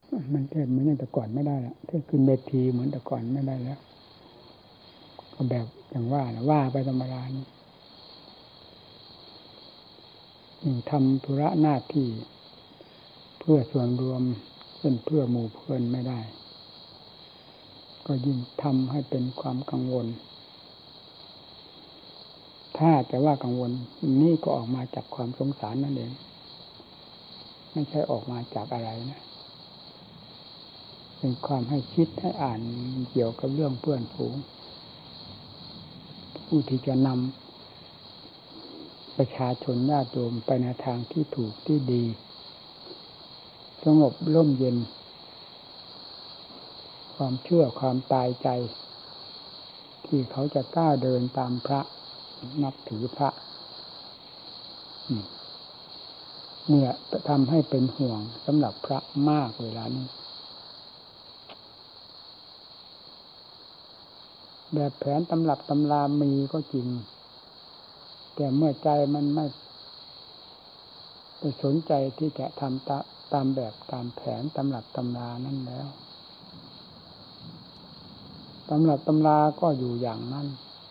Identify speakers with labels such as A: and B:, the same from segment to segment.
A: มันเทศเหมือนอย่างแต่ก่อนไม่ได้ละเทศขึ้นเวทีเหมือนแต่ก่อนไม่ได้แล้วก็แบบอย่างว่านะว่าไปธรรมดานี่ทำธุระหน้าที่เพื่อส่วนรวมเช่นเพื่อหมู่เพื่อนไม่ได้ก็ยิ่งทำให้เป็นความกังวลถ้าจะว่ากังวลนี่ก็ออกมาจากความสงสารนั่นเองไม่ใช่ออกมาจากอะไรนะเป็นความให้คิดให้อ่านเกี่ยวกับเรื่องเพื่อนฝูงผู้ที่จะนำประชาชนญาติโยมไปในทางที่ถูกที่ดีสงบร่มเย็นความเชื่อความตายใจที่เขาจะกล้าเดินตามพระนับถือพระเนี่ยทำให้เป็นห่วงสำหรับพระมากเวลานี้แบบแผนตำรับตำรามีก็จริงแต่เมื่อใจมันไม่ไปสนใจที่จะทำตามแบบตามแผนตำรับตำรานั่นแล้วตำรับตำราก็อยู่อย่างนั้น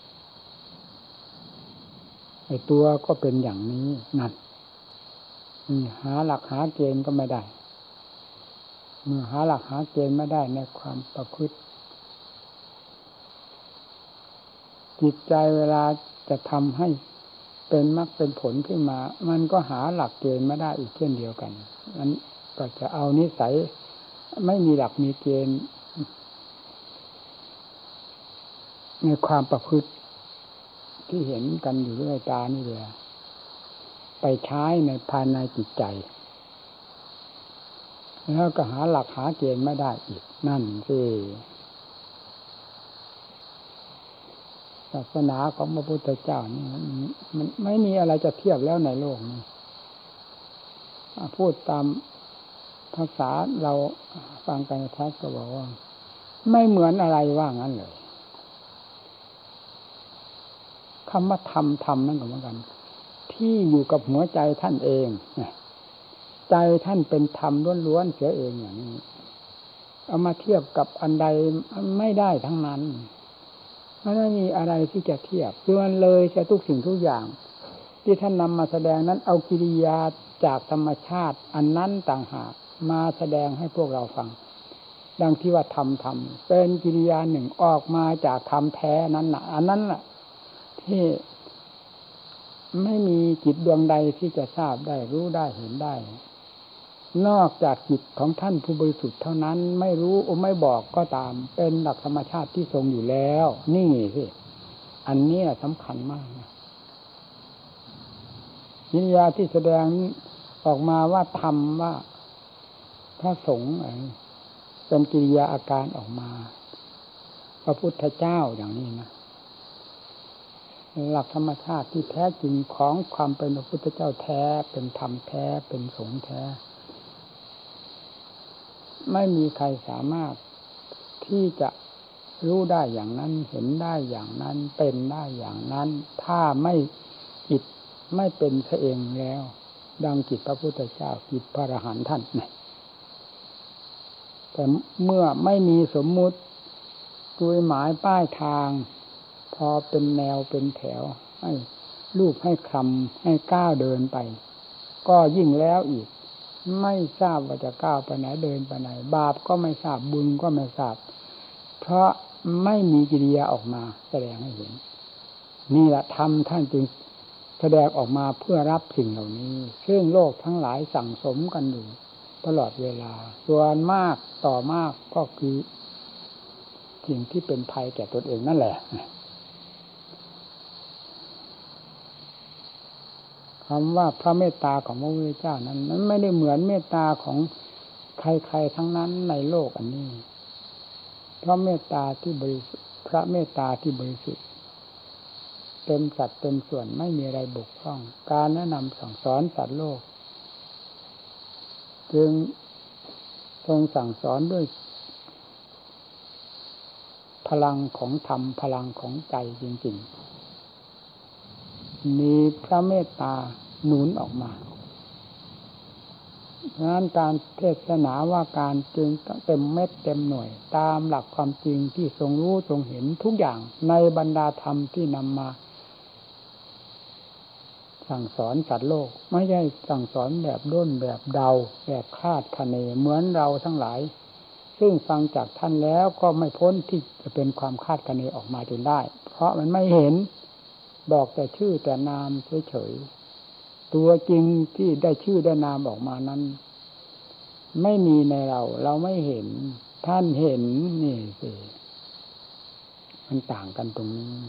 A: ไอ้ตัวก็เป็นอย่างนี้นั่นหาหลักหาเกณฑ์ก็ไม่ได้เมื่อหาหลักหาเกณฑ์ไม่ได้ในความประพฤติจิตใจเวลาจะทำให้เป็นมรรคเป็นผลขึ้นมามันก็หาหลักเกณฑ์ไม่ได้อีกเช่นเดียวกันนั้นก็จะเอานิสัยไม่มีหลักมีเกณฑ์ในความประพฤติที่เห็นกันอยู่ด้วยตานี่แหละไปใช้ในภายในจิตใจแล้วก็หาหลักหาเกณฑ์ไม่ได้อีกนั่นสิศาสนาของพระพุทธเจ้านี่มันไม่มีอะไรจะเทียบแล้วในโลกนี้พูดตามภาษาเราฟังกันชัดก็บอกว่าไม่เหมือนอะไรว่างั้นเลยคำว่าธรรมนั่นก็เหมือนกันที่อยู่กับหัวใจท่านเองใจท่านเป็นธรรมล้วนๆเสียเองอย่างนี้เอามาเทียบกับอันใดไม่ได้ทั้งนั้นไม่มีอะไรที่จะเทียบคือมันเลยจะทุกสิ่งทุกอย่างที่ท่านนำมาแสดงนั้นเอากิริยาจากธรรมชาติอันนั้นต่างหากมาแสดงให้พวกเราฟังดังที่ว่าธรรมเป็นกิริยาหนึ่งออกมาจากธรรมแท้นั้นน่ะอันนั้นแหละที่ไม่มีจิตดวงใดที่จะทราบได้รู้ได้เห็นได้นอกจากจิตของท่านผู้บริสุทธิ์เท่านั้นไม่รู้ไม่บอกก็ตามเป็นหลักธรรมชาติที่ทรงอยู่แล้วนี่สิอันนี้สำคัญมากนะกิริยาที่แสดงออกมาว่าธรรมว่าพระสงฆ์เป็นกิริยาอาการออกมาพระพุทธเจ้าอย่างนี้นะหลักธรรมชาติที่แท้จริงของความเป็นพระพุทธเจ้าแท้เป็นธรรมแท้เป็นสงฆ์แท้ไม่มีใครสามารถที่จะรู้ได้อย่างนั้นเห็นได้อย่างนั้นเป็นได้อย่างนั้นถ้าไม่จิตไม่เป็นซะเองแล้วดังจิตพระพุทธเจ้าจิตพระอรหันต์ท่านเนี่ยแต่เมื่อไม่มีสมมุติจุดหมายป้ายทางพอเป็นแนวเป็นแถวให้รูปให้คำให้ก้าวเดินไปก็ยิ่งแล้วอีกไม่ทราบว่าจะก้าวไปไหนเดินไปไหนบาปก็ไม่ทราบบุญก็ไม่ทราบเพราะไม่มีกิริยาออกมาแสดงให้เห็นนี่แหละธรรมท่านจึงแสดงออกมาเพื่อรับสิ่งเหล่านี้ซึ่งโลกทั้งหลายสั่งสมกันอยู่ตลอดเวลาส่วนมากต่อมากก็คือสิ่งที่เป็นภัยแก่ตนเองนั่นแหละคำว่าพระเมตตาของพระพุทธเจ้านั้นมันไม่ได้เหมือนเมตตาของใครๆทั้งนั้นในโลกอันนี้เพราะเมตตาที่บริสุทธิ์พระเมตตาที่บริสุทธิ์เต็มสัดเต็มส่วนไม่มีอะไรบกพร่องการแนะนำสั่งสอนสัตว์โลกจึงทรงสั่งสอนด้วยพลังของธรรมพลังของใจจริงๆมีพระเมตตาหนุนออกมางานการเทศนาว่าการจึงเต็มเม็ดเต็มหน่วยตามหลักความจริงที่ทรงรู้ทรงเห็นทุกอย่างในบรรดาธรรมที่นำมาสั่งสอนสัตว์โลกไม่ใช่สั่งสอนแบบด้นแบบเดาแบบคาดคะเนเหมือนเราทั้งหลายซึ่งฟังจากท่านแล้วก็ไม่พ้นที่จะเป็นความคาดคะเนออกมาจนได้เพราะมันไม่เห็นบอกแต่ชื่อแต่นามเฉยๆตัวจริงที่ได้ชื่อได้นามออกมานั้นไม่มีในเราไม่เห็นท่านเห็นนี่สิมันต่างกันตรงนี้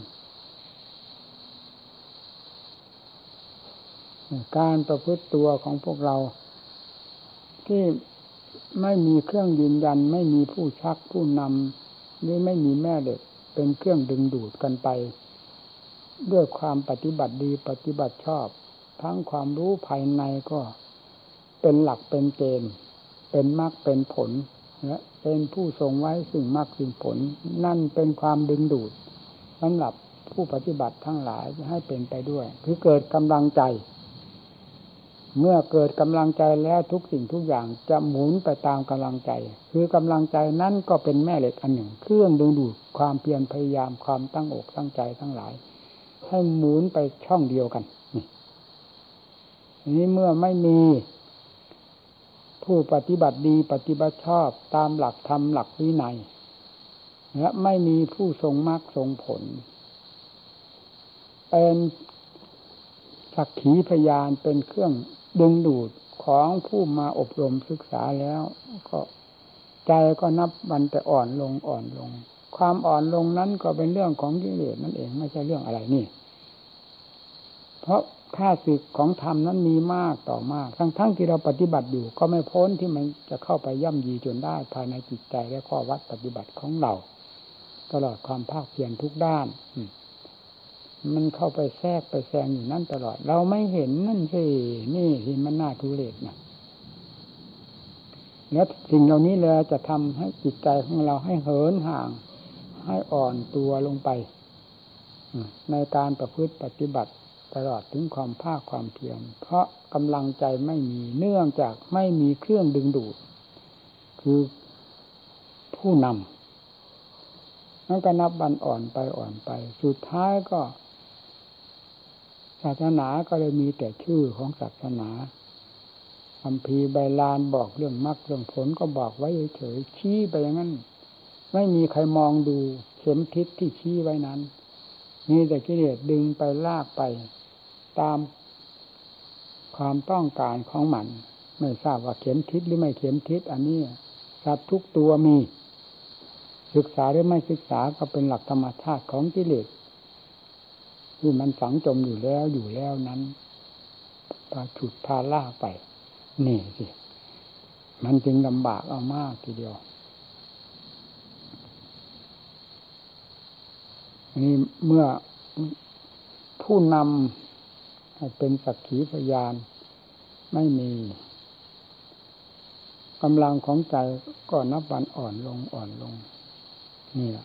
A: การประพฤติตัวของพวกเราที่ไม่มีเครื่องยืนยันไม่มีผู้ชักผู้นำหรือไม่มีแม่เหล็กเป็นเครื่องดึงดูดกันไปด้วยความปฏิบัติดีปฏิบัติชอบทั้งความรู้ภายในก็เป็นหลักเป็นเกณฑ์เป็นมรรคเป็นผลและเป็นผู้ทรงไว้ซึ่งมรรคซึ่งผลนั่นเป็นความดึงดูดสำหรับผู้ปฏิบัติทั้งหลายให้เป็นไปด้วยคือเกิดกำลังใจเมื่อเกิดกำลังใจแล้วทุกสิ่งทุกอย่างจะหมุนไปตามกำลังใจคือกำลังใจนั้นก็เป็นแม่เหล็กอันหนึ่งเครื่องดึงดูดความเพียรพยายามความตั้งอกตั้งใจทั้งหลายให้หมุนไปช่องเดียวกันนี่เมื่อไม่มีผู้ปฏิบัติดีปฏิบัติชอบตามหลักธรรมหลักวินัยและไม่มีผู้ทรงมรรคทรงผลเป็นสักขีพยานเป็นเครื่องดึงดูดของผู้มาอบรมศึกษาแล้วก็ใจก็นับวันแต่อ่อนลงอ่อนลงความอ่อนลงนั้นก็เป็นเรื่องของกิเลสนั่นเองไม่ใช่เรื่องอะไรนี่เพราะค่าศึกของธรรมนั้นมีมากต่อมากทั้งที่เราปฏิบัติอยู่ก็ไม่พ้นที่มันจะเข้าไปย่ำยีจนได้ภายในจิตใจและข้อวัดปฏิบัติของเราตลอดความภาคเพียรทุกด้านมันเข้าไปแทรกไปแซงอยู่นั่นตลอดเราไม่เห็นนั่นสินี่ที่มันน่าทุเรศนะแล้วสิ่งเหล่านี้แหละจะทำให้จิตใจของเราให้เหินห่างให้อ่อนตัวลงไปในการประพฤติปฏิบัติตลอดถึงความภาคความเพียรเพราะกำลังใจไม่มีเนื่องจากไม่มีเครื่องดึงดูดคือผู้นำนั่นก็นับวันอ่อนไปอ่อนไปสุดท้ายก็ศาสนาก็เลยมีแต่ชื่อของศาสนาคัมภีร์ใบลานบอกเรื่องมรรคเรื่องผลก็บอกไว้เฉยๆชี้ไปอย่างนั้นไม่มีใครมองดูเข็มทิศที่ชี้ไว้นั้นมีแต่กิเลสดึงไปลากไปตามความต้องการของมันไม่ทราบว่าเข็มทิศหรือไม่เข็มทิศอันนี้สัตว์ทุกตัวมีศึกษาหรือไม่ศึกษาก็เป็นหลักธรรมชาติของกิเลสที่มันฝังจมอยู่แล้วนั้นพาฉุดพาล่าไปนี่สิมันจึงลำบากเอามากทีเดียวนี่เมื่อผู้นำเป็นสักขีพยานไม่มีกำลังของใจก็นับวันอ่อนลงนี่แหละ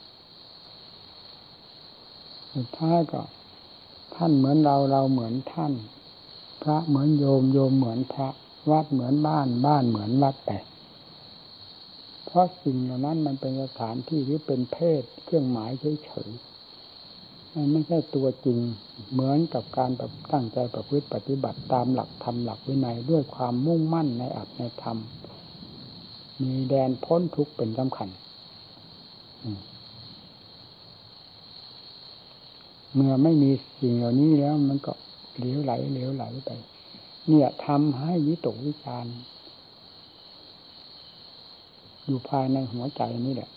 A: สุดท้ายก็ท่านเหมือนเราเหมือนท่านพระเหมือนโยมเหมือนพระวัดเหมือนบ้านเหมือนวัดไปเพราะสิ่งเหล่านั้นมันเป็นสถานที่หรือเป็นเพศเครื่องหมายเฉยๆมันไม่ใช่ตัวจริงเหมือนกับการตั้งใจประพฤติปฏิบัติตามหลักธรรมหลักวินัยด้วยความมุ่งมั่นในอัตในธรรมมีแดนพ้นทุกข์เป็นสำคัญเมื่อไม่มีสิ่งเหล่านี้แล้วมันก็เหลวไหลไปเนี่ยทำให้วิตกวิจารณ์อยู่ภายในหัวใจนี่แหละ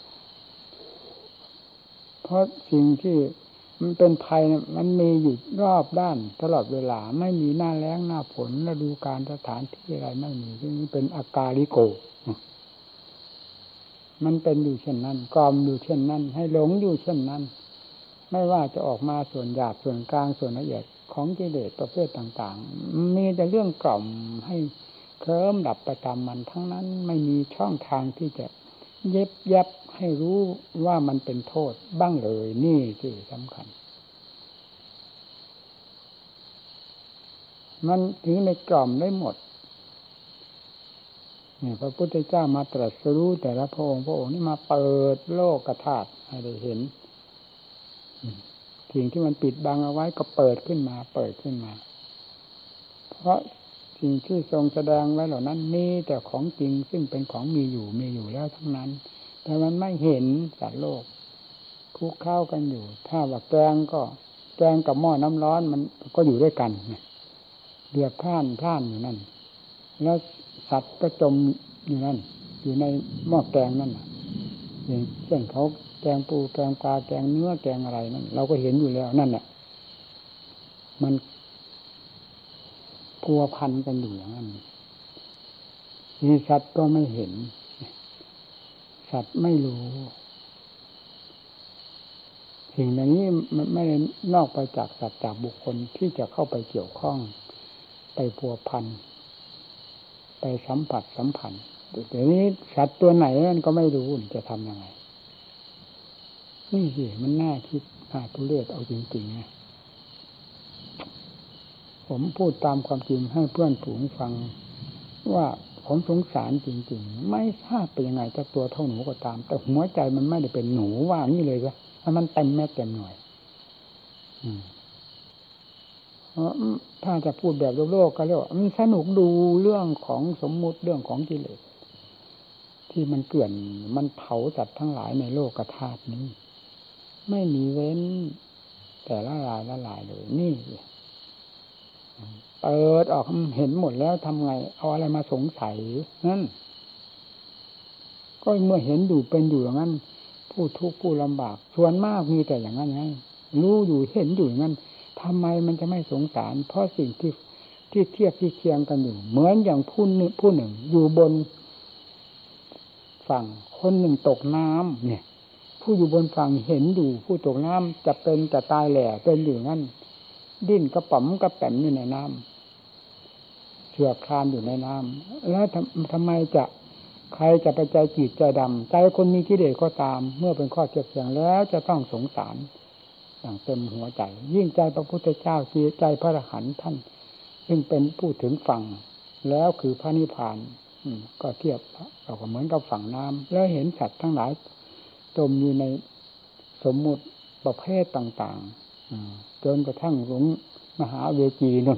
A: เพราะสิ่งที่มันเป็นภัยมันมีอยู่รอบด้านตลอดเวลาไม่มีหน้าแล้งหน้าฝนฤดูกาลสถานที่อะไรไม่มีที่นี่เป็นอากาลิโกมันเป็นอยู่เช่นนั้นกล่อมอยู่เช่นนั้นให้หลงอยู่เช่นนั้นไม่ว่าจะออกมาส่วนหยาบส่วนกลางส่วนละเอียดของกิเลสประเภทต่างๆมีแต่เรื่องกล่อมให้เคลิ้มดับไปตามมันทั้งนั้นไม่มีช่องทางที่จะเย็บยับให้รู้ว่ามันเป็นโทษบ้างเลยนี่ที่สำคัญมันถึงในกล่อมได้หมดนี่พระพุทธเจ้ามาตรัสรู้แต่ละพระองค์นี่มาเปิดโลกธาตุให้ได้เห็นสิ่งที่มันปิดบังเอาไว้ก็เปิดขึ้นมาเพราะสิ่งที่ทรงแสดงไว้เหล่านั้นมีแต่ของจริงซึ่งเป็นของมีอยู่แล้วทั้งนั้นแต่มันไม่เห็นสัตว์โลกคุกเข้ากันอยู่ถ้าว่าแกงกับหม้อน้ำร้อนมันก็อยู่ด้วยกันเดือดพล่านอยู่นั่นแล้วสัตว์ก็จมอยู่นั่นอยู่ในหม้อแกงนั่นอย่างเช่นเขาแกงปูแกงปลาแกงเนื้อแกงอะไรนั่นเราก็เห็นอยู่แล้วนั่นแหละมันพัวพันกันอยู่อย่างนั้นนี่สัตว์ก็ไม่เห็นสัตว์ไม่รู้สิ่งเหล่านี้มันไม่ได้นอกไปจากสัตว์จากบุคคลที่จะเข้าไปเกี่ยวข้องไปพัวพันไปสัมผัสสัมพันธ์แต่นี้สัตว์ตัวไหนมันก็ไม่รู้จะทำยังไงนี่สิมันน่าคิดน่าทุเรศเอาจริงๆนะผมพูดตามความจริงให้เพื่อนฝูงฟังว่าผมสงสารจริงๆไม่ทราบเป็นยังไงจะตัวเท่าหนูก็ตามแต่หัวใจมันไม่ได้เป็นหนูว่านี่เลยว่ามันเต็มแม่เต็มหน่วยถ้าจะพูดแบบโลกก็เรียกว่ามันสนุกดูเรื่องของสมมุติเรื่องของกิเลสที่มันเกลื่อนมันเผาจัดทั้งหลายในโลกธาตุนี้ไม่มีเว้นแต่ละลายเลยนี่เปิดออกเห็นหมดแล้วทำไงเอาอะไรมาสงสัยนั่นก็เมื่อเห็นอยู่เป็นอยู่อย่างนั้นผู้ทุกข์ผู้ลำบากส่วนมากมีแต่อย่างนั้นไงรู้อยู่เห็นอยู่อย่างนั้นทำไมมันจะไม่สงสารเพราะสิ่งที่เทียบที่เคียงกันอยู่เหมือนอย่างผู้หนึ่งอยู่บนฝั่งคนหนึ่งตกน้ำเนี่ยผู้อยู่บนฝั่งเห็นอยู่ผู้ตกน้ำจะเป็นจะตายแหล่เป็นอยู่งั้นดิ้นกระป๋อมกระแป๋มอยู่ในน้ำเชือกคลานอยู่ในน้ำแล้วทำไมใครจะไปใจจืดใจดำใจคนมีกิเลสก็ตามเมื่อเป็นข้อเทียบเทียงแล้วจะต้องสงสารอย่างเต็มหัวใจยิ่งใจพระพุทธเจ้าใจพระอรหันต์ท่านซึ่งเป็นผู้ถึงฝั่งแล้วคือพระนิพพานก็เทียบเราก็เหมือนกับฝั่งน้ำแล้วเห็นสัตว์ทั้งหลายจมอยู่ในสมมุติประเภทต่างๆจนกระทั่งลงมหาเวจีนั่น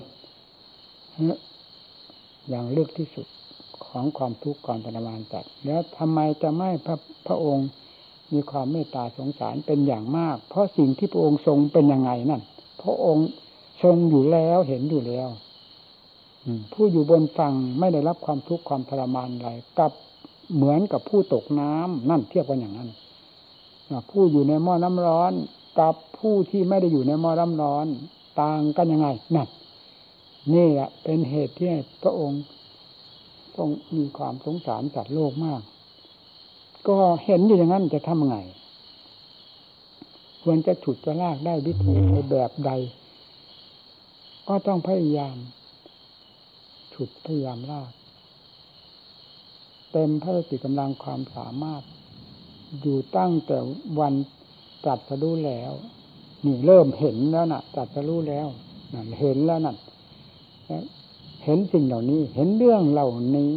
A: อย่างลึกที่สุดของความทุกข์ความทรมานจัดแล้วทำไมจะไม่พระองค์มีความเมตตาสงสารเป็นอย่างมากเพราะสิ่งที่พระองค์ทรงเป็นยังไงนั่นพระองค์ทรงอยู่แล้วเห็นอยู่แล้วผู้อยู่บนฝั่งไม่ได้รับความทุกข์ความทรมานอะไรกับเหมือนกับผู้ตกน้ำนั่นเทียบกันอย่างนั้นผู้อยู่ในหม้อน้ำร้อนกับผู้ที่ไม่ได้อยู่ในหม้อน้ำร้อนต่างกันยังไงนั่นนี่แหละเป็นเหตุที่พระองค์ต้องมีความสงสารสัตว์โลกมากก็เห็นอยู่อย่างนั้นจะทำยังไงควรจะฉุดจะลากได้วิธีในแบบใดก็ต้องพยายามฉุดพยายามลากเต็มพระสติกำลังความสามารถอยู่ตั้งแต่วันตรัสรู้แล้วนี่เริ่มเห็นแล้วน่ะตรัสรู้แล้วนั่นเห็นแล้วนั่นเห็นสิ่งเหล่านี้เห็นเรื่องเหล่านี้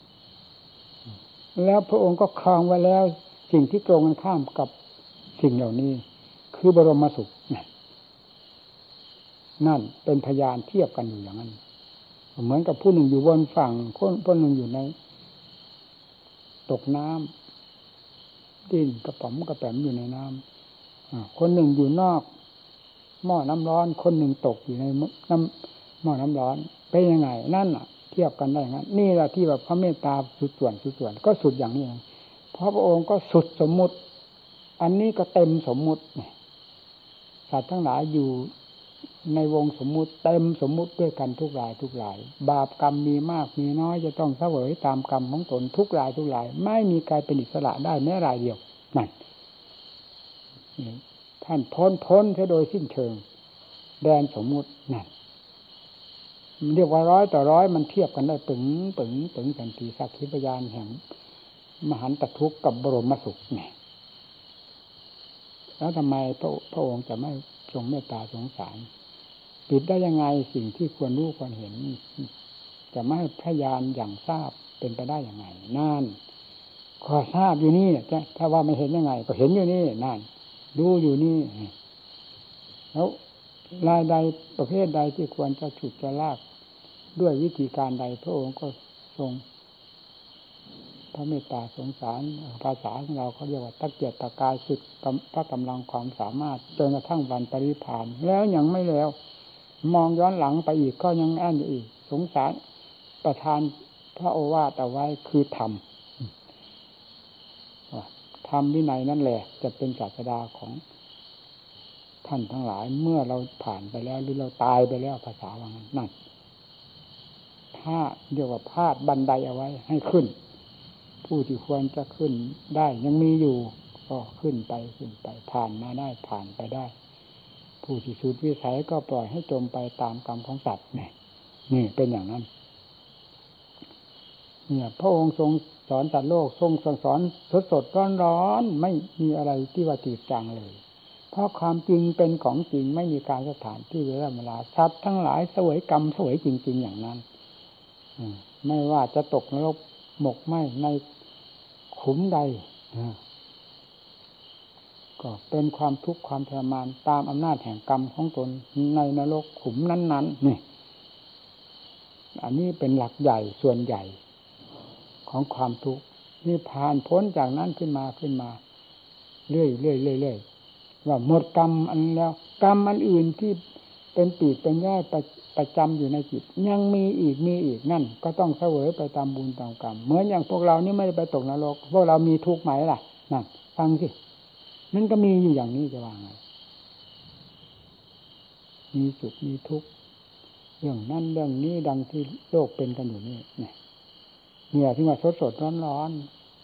A: แล้วพระองค์ก็ครองไว้แล้วสิ่งที่ตรงกันข้ามกับสิ่งเหล่านี้คือบรมสุขนั่นเป็นพยานเทียบกันอยู่อย่างนั้นเหมือนกับผู้หนึ่งอยู่บนฝั่งคนหนึ่งอยู่ในตกน้ำดิ้นกระป๋อมกระแป๋มอยู่ในน้ำคนหนึ่งอยู่นอกหม้อน้ำร้อนคนหนึ่งตกอยู่ในหม้อน้ำร้อนเป็นยังไงนั่นน่ะเทียบกันได้งั้นนี่แหละที่แบบพระเมตตาสุดส่วนก็สุดอย่างนี้เองเพราะพระองค์ก็สุดสมมุติอันนี้ก็เต็มสมมุติสัตว์ทั้งหลายอยู่ในวงสมมุติเต็มสมมุติด้วยกันทุกรายบาปกรรมมีมากมีน้อยจะต้องเสวยตามกรรมของตนทุกรายไม่มีใครเป็นอิสระได้แม้รายเดียวนั่นท่านพ้นเสียโดยสิ้นเชิงแดนสมมุตินั่นเรียกว่าร้อยต่อร้อยมันเทียบกันได้ปึ๋งทันทีสักขีพยานแห่งมหันตทุกข์กับบรมสุขเนี่ยแล้วทำไมพระองค์จะไม่ทรงเมตตาสงสารปิดได้ยังไงสิ่งที่ควรรู้ควรเห็นจะไม่ให้พยานอย่างทราบเป็นไปได้อย่างไรนั่นขอทราบอยู่นี่จะถ้าว่าไม่เห็นยังไงก็เห็นอยู่นี่นั่นดูอยู่นี่แล้วรายใดประเภทใดที่ควรจะฉุดจะลากด้วยวิธีการใดพระองค์ก็ทรงพระเมตตาสงสารภาษาของเราเขาเรียกว่าตะเกียกตะกายสุดพระกำลังความสามารถจนกระทั่งวันปรินิพพานแล้วยังไม่แล้วมองย้อนหลังไปอีกก็ยังอั้นอยู่อีกสงสารประทานพระโอวาทเอาไว้คือธรรมธรรมวินัยนั่นแหละจะเป็นศาสดาของท่านทั้งหลายเมื่อเราผ่านไปแล้วหรือเราตายไปแล้วภาษาว่างั้นนั่นถ้าเรียกว่าพาดบันไดเอาไว้ให้ขึ้นผู้ที่ควรจะขึ้นได้ยังมีอยู่ก็ขึ้นไปผ่านมาได้ผ่านไปได้ผู้ที่สุดวิสัยก็ปล่อยให้จมไปตามกรรมของสัตว์นี่เป็นอย่างนั้นเนี่ยพระองค์ทรงสอนสัตว์โลกทรงสอนสดร้อนไม่มีอะไรที่ว่าจืดจางเลยเพราะความจริงเป็นของจริงไม่มีการสถานที่เวลาสัตว์ทั้งหลายเสวยกรรมเสวยจริงๆอย่างนั้นไม่ว่าจะตกนรกหมกไหม้ในขุมใดก็เป็นความทุกข์ความทรมานตามอำนาจแห่งกรรมของตนในนรกขุมนั้นๆนี่อันนี้เป็นหลักใหญ่ส่วนใหญ่ของความทุกข์นี่ผ่านพ้นจากนั้นขึ้นมาเรื่อยว่าหมดกรรมอันแล้วกรรมอันอื่นที่เป็นปีกเป็นย่อยประจำอยู่ในจิตยังมีอีกนั่นก็ต้องเสวยไปตามบุญตามกรรมเหมือนอย่างพวกเรานี่ไม่ได้ไปตกนรกพวกเรามีทุกข์ไหมล่ะนั่นฟังสิมันก็มีอยู่อย่างนี้จะว่าไงมีสุขมีทุกข์เรื่องนั้นเรื่องนี้ดังที่โลกเป็นกันอยู่นี่เนี่ยที่ว่าสดร้อน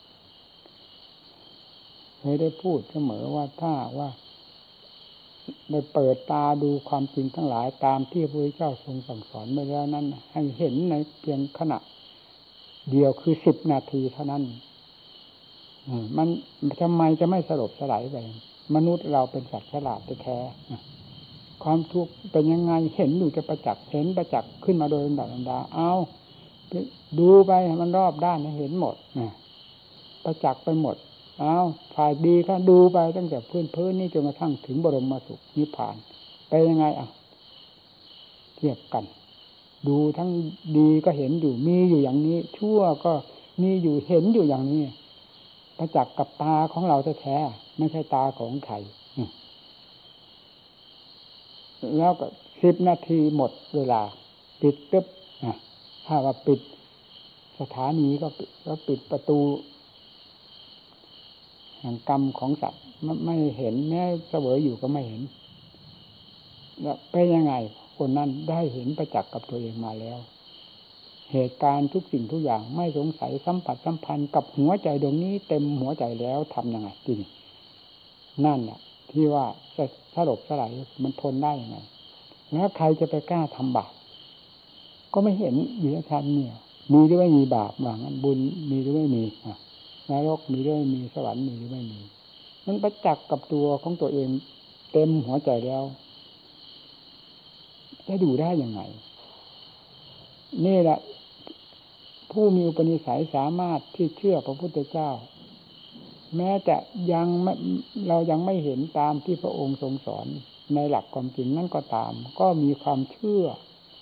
A: เคยได้พูดเสมอว่าถ้าว่าได้เปิดตาดูความจริงทั้งหลายตามที่พระพุทธเจ้าทรงสั่งสอนไว้แล้วนั้นให้เห็นในเพียงขณะเดียวคือ10 นาทีเท่านั้นมันทำไมจะไม่สลบสลายไปมนุษย์เราเป็นสัตว์ฉลาดแท้ๆความทุกข์เป็นยังไงเห็นอยู่จะประจักษ์เห็นประจักษ์ขึ้นมาโดยลำดับเอาดูไปมันรอบด้านเห็นหมดประจักษ์ไปหมดฝ่ายดีก็ดูไปตั้งแต่พื้นนี่จนกระทั่งถึงบรมสุขนิพพานไปยังไงเทียบกันดูทั้งดีก็เห็นอยู่มีอยู่อย่างนี้ชั่วก็มีอยู่เห็นอยู่อย่างนี้ประจักษ์กับตาของเราแท้ๆไม่ใช่ตาของใครแล้วก็10 นาทีหมดเวลาปิดตึ๊บถ้าว่าปิดสถานีก็ปิดประตูแห่งกรรมของสัตว์ไม่เห็นแม้เสวยอยู่ก็ไม่เห็นแล้วเป็นยังไงคนนั้นได้เห็นประจักษ์กับตัวเองมาแล้วเหตุการณ์ทุกสิ่งทุกอย่างไม่สงสัยสัมผัสสัมพันธ์กับหัวใจดวงนี้เต็มหัวใจแล้วทำยังไงทีนี้นั่นแหละที่ว่าจะสลบสลายมันทนได้ยังไงแล้วใครจะไปกล้าทำบาปก็ไม่เห็นอยู่ในชาตินี้มีหรือไม่มีบาปว่างั้นบุญมีหรือไม่มีนรกมีหรือไม่มีสวรรค์มีหรือไม่มีมันประจักษ์กับตัวของตัวเองเต็มหัวใจแล้วจะดูได้ยังไงนี่แหละผู้มีอุปนิสัยสามารถที่เชื่อพระพุทธเจ้าแม้จะเรายังไม่เห็นตามที่พระองค์ทรงสอนในหลักความจริงนั่นก็ตามก็มีความเชื่อ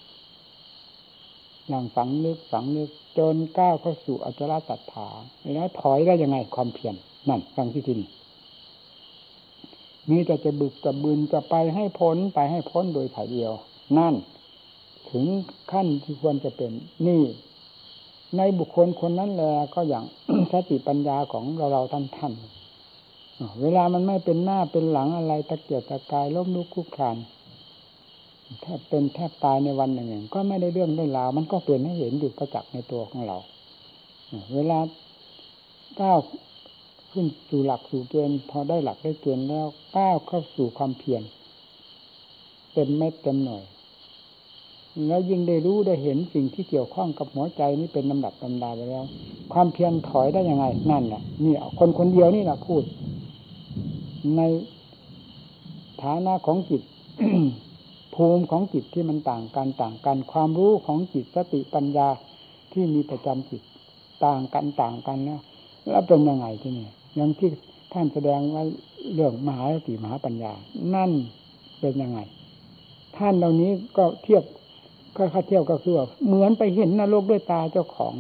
A: อย่างฝังลึกจนก้าวเข้าสู่อจลศรัทธาแล้วถอยได้ยังไงความเพียรนั่นฟังที่นี่มีแต่จะบึกจะบืนจะไปให้พ้นโดยถ่ายเดียวนั่นถึงขั้นที่ควรจะเป็นนี่ในบุคคลคนนั้นแหละก็อย่าง สติปัญญาของเราท่านเวลามันไม่เป็นหน้าเป็นหลังอะไรตะเกียกตะกายล้มลุกคลุกคลานแทบตายในวันหนึ่งก็ไม่ได้เรื่องได้ราวมันก็เปลี่ยนให้เห็นอยู่ประจักษ์ในตัวของเราเวลาก้าวขึ้นสู่หลักสู่เกณฑ์พอได้หลักได้เกณฑ์แล้วก้าวเข้าสู่ความเพียรเต็มเม็ดเต็มหน่วยแล้วยิ่งได้รู้ได้เห็นสิ่งที่เกี่ยวข้องกับหัวใจนี้เป็นลำดับลำดาไปแล้วความเพียรถอยได้ยังไงนั่นแหละนี่คนเดียวนี่แหละพูดในฐานะของจิต ภูมิของจิตที่มันต่างกันความรู้ของจิตสติปัญญาที่มีประจำจิตต่างกันแล้วเป็นยังไงที่นี่อย่างที่ท่านแสดงไว้เรื่องมหาสติมหาปัญญานั่นเป็นยังไงท่านเหล่านี้ก็เทียบก็เทียบก็คือว่าเหมือนไปเห็นนรกด้วยตาเจ้าของ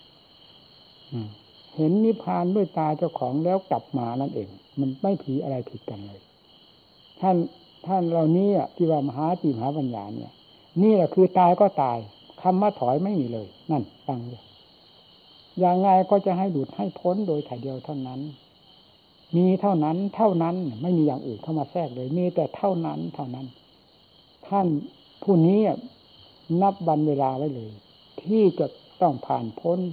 A: เห็นนิพพานด้วยตาเจ้าของแล้วกลับมานั่นเองมันไม่ผีอะไรผิดกันเลยท่านเหล่านี้ที่ว่ามหาสติมหาปัญญาเนี่ยนี่แหละคือตายก็ตายคำว่าถอยไม่มีเลยนั่นฟังเลยอย่างไงก็จะให้หลุดให้พ้นโดยถ่ายเดียวเท่านั้นมีเท่านั้นไม่มีอย่างอื่นเข้ามาแทรกเลยมีแต่เท่านั้นท่านผู้นี้นับวันเวลาไว้เลยที่จะต้องผ่านพ้น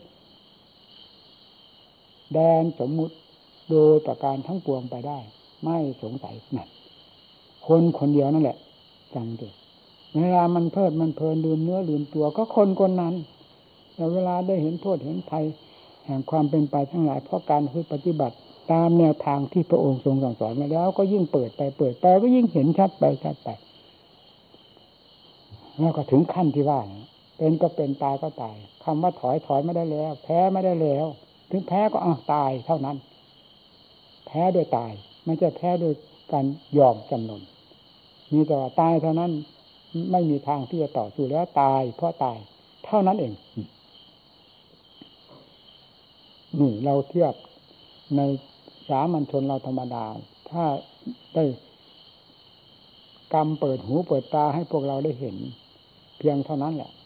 A: แดนสมมุติโดยประการทั้งปวงไปได้ไม่สงสัยนั่นคนเดียวนั่นแหละจังเด็ดเวลามันเพลิดมันเพลินลืมเนื้อลืมตัวก็คนนั้นแต่เวลาได้เห็นโทษเห็นภัยแห่งความเป็นไปทั้งหลายเพราะการปฏิบัติตามแนวทางที่พระองค์ทรงสั่งสอนมาแล้วก็ยิ่งเปิดไปก็ยิ่งเห็นชัดไปแล้วก็ถึงขั้นที่ว่าเป็นก็เป็นตายก็ตายคำว่าถอยไม่ได้แล้วแพ้ไม่ได้แล้วถึงแพ้ก็ตายเท่านั้นแพ้โดยตายไม่ใช่แพ้โดยการยอมจำนนมีแต่ว่าตายเท่านั้นไม่มีทางที่จะต่อสู้แล้วตายเพราะตายเท่านั้นเองนี่เราเทียบในสามัญชนเราธรรมดาถ้าได้กรรมเปิดหูเปิดตาให้พวกเราได้เห็นเพียงเท่านั้นแหละ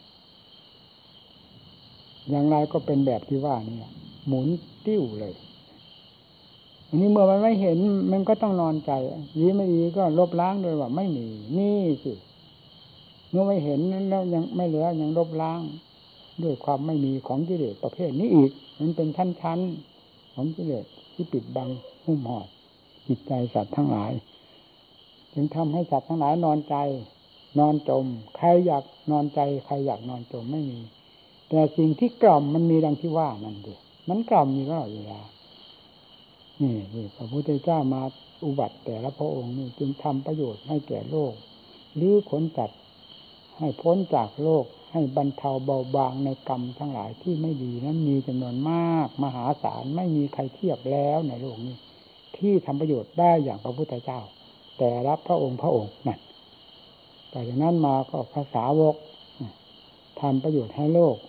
A: อย่างไรก็เป็นแบบที่ว่านี่หมุนติ้วเลยอันนี้เมื่อมันไม่เห็นมันก็ต้องนอนใจดีไม่ดีก็ลบล้างโดยว่าไม่มีนี่สิเมื่อไม่เห็นแล้วยังไม่เหลือยังลบล้างด้วยความไม่มีของกิเลสประเภทนี้อีกมันเป็นชั้นของกิเลสที่ปิดบังหุ้มห่อจิตใจสัตว์ทั้งหลายจึงทำให้สัตว์ทั้งหลายนอนใจนอนจมใครอยากนอนใจใครอยากนอนจมไม่มีแต่สิ่งที่กล่อมมันมีดังที่ว่านั่นดิมันกล่อมอยู่ตลอดเวลานี่พระพุทธเจ้ามาอุบัติแต่ละพระองค์นี่จึงทำประโยชน์ให้แก่โลกหรือขนจัดให้พ้นจากโลกให้บรรเทาเบาบางในกรรมทั้งหลายที่ไม่ดีนั้นมีจำนวนมากมหาศาลไม่มีใครเทียบแล้วในโลกนี้ที่ทำประโยชน์ได้อย่างพระพุทธเจ้าแต่รับพระองค์นั่นแต่จากนั้นมาก็ภาษาวกทำประโยชน์ให้โลก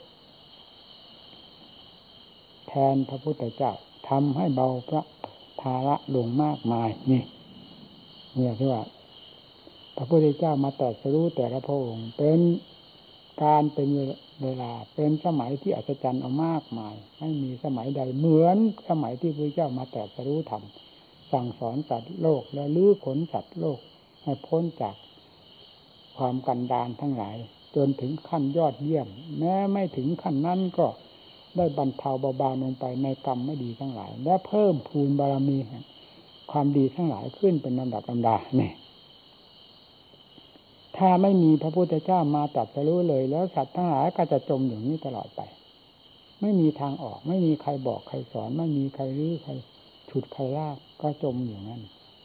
A: แทนพระพุทธเจ้าทำให้เบาพระภาระลงมากมายนี่ที่ว่าพระพุทธเจ้ามาตรัสรู้แต่ละพระองค์เป็นการเป็นเวลาเป็นสมัยที่อัศจรรย์เอามากมายไม่มีสมัยใดเหมือนสมัยที่พระพุทธเจ้ามาตรัสรู้ธรรมสั่งสอนสัตว์โลกและลื้อขนสัตว์โลกให้พ้นจากความกันดารทั้งหลายจนถึงขั้นยอดเยี่ยมแม้ไม่ถึงขั้นนั้นก็ได้บรรเทาเบาบางลงไปในกรรมไม่ดีทั้งหลายและเพิ่มพูนบารมีความดีทั้งหลายขึ้นเป็นลำดับลำดาเนี่ยถ้าไม่มีพระพุทธเจ้ามาตรัสรู้เลยแล้วสัตว์ทั้งหลายก็จะจมอย่างนี้ตลอดไปไม่มีทางออกไม่มีใครบอกใครสอนไม่มีใครรื้อใครฉุดใครลากก็จมอยู่นั้น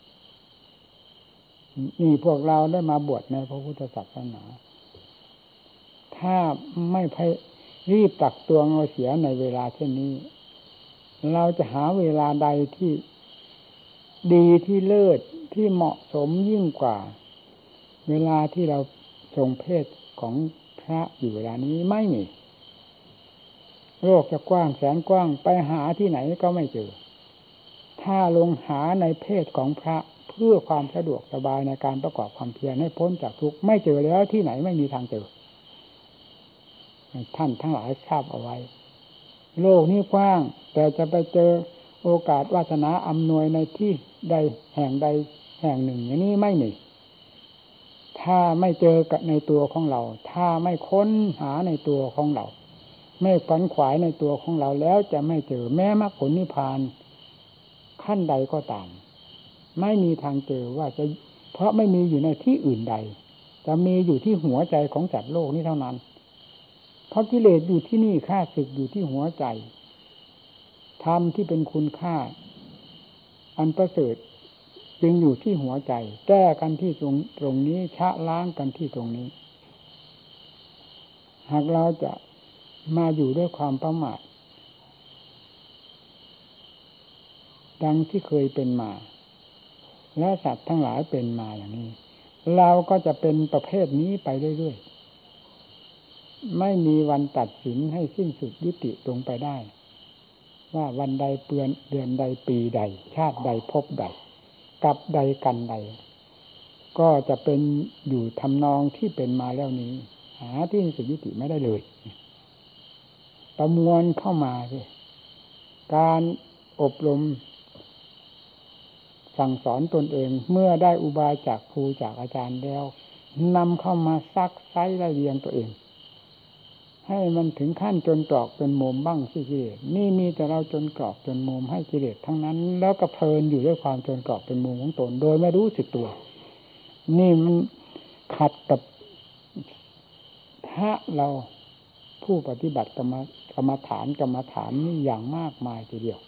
A: นี่พวกเราได้มาบวชในพระพุทธศาสนาถ้าไม่รีบตักตวงเอาเสียในเวลาเช่นนี้เราจะหาเวลาใดที่ดีที่เลิศที่เหมาะสมยิ่งกว่าเวลาที่เราทรงเพศของพระอยู่เวลานี้ไม่มีโลกจะกว้างแสนกว้างไปหาที่ไหนก็ไม่เจอถ้าลงหาในเพศของพระเพื่อความสะดวกสบายในการประกอบความเพียรให้พ้นจากทุกข์ไม่เจอแล้วที่ไหนไม่มีทางเจอท่านทั้งหลายทราบเอาไว้โลกนี้กว้างแต่จะไปเจอโอกาสวาสนาอำนวยในที่ใดแห่งหนึ่งอย่างนี้ไม่มีถ้าไม่เจอกับในตัวของเราถ้าไม่ค้นหาในตัวของเราไม่ฝันขวายในตัวของเราแล้วจะไม่เจอแม้มรรคผลนิพพานขั้นใดก็ตามไม่มีทางเจอว่าจะเพราะไม่มีอยู่ในที่อื่นใดจะมีอยู่ที่หัวใจของสัตว์โลกนี้เท่านั้นเพราะกิเลสอยู่ที่นี่ข้าศึกอยู่ที่หัวใจธรรมที่เป็นคุณค่าอันประเสริฐจึงอยู่ที่หัวใจแก้กันที่ตรงนี้ชะล้างกันที่ตรงนี้หากเราจะมาอยู่ด้วยความประมาทดังที่เคยเป็นมาและสัตว์ทั้งหลายเป็นมาอย่างนี้เราก็จะเป็นประเภทนี้ไปเรื่อยๆไม่มีวันตัดสินให้สิ้นสุดยุติลงไปได้ว่าวันใดเดือนใดปีใดชาติใดภพใดกับใดกันใดก็จะเป็นอยู่ทำนองที่เป็นมาแล้วนี้หาที่สิ้นสุดยุติไม่ได้เลยประมวลเข้ามาสิการอบรมสั่งสอนตนเองเมื่อได้อุบายจากครูจากอาจารย์แล้วนำเข้ามาซักไซ้ไล่เรียงตัวเองให้มันถึงขั้นจนกรอกจนมุมบ้างสิกิเลสนี่มีแต่เราจนกรอกจนมุมให้กิเลสทั้งนั้นแล้วก็เพลินอยู่ด้วยความจนกรอกจนมุมของตนโดยไม่รู้สึกตัวนี่มันขัดกับพระเราผู้ปฏิบัติกรรมฐานนี่อย่างมากมายทีเดียว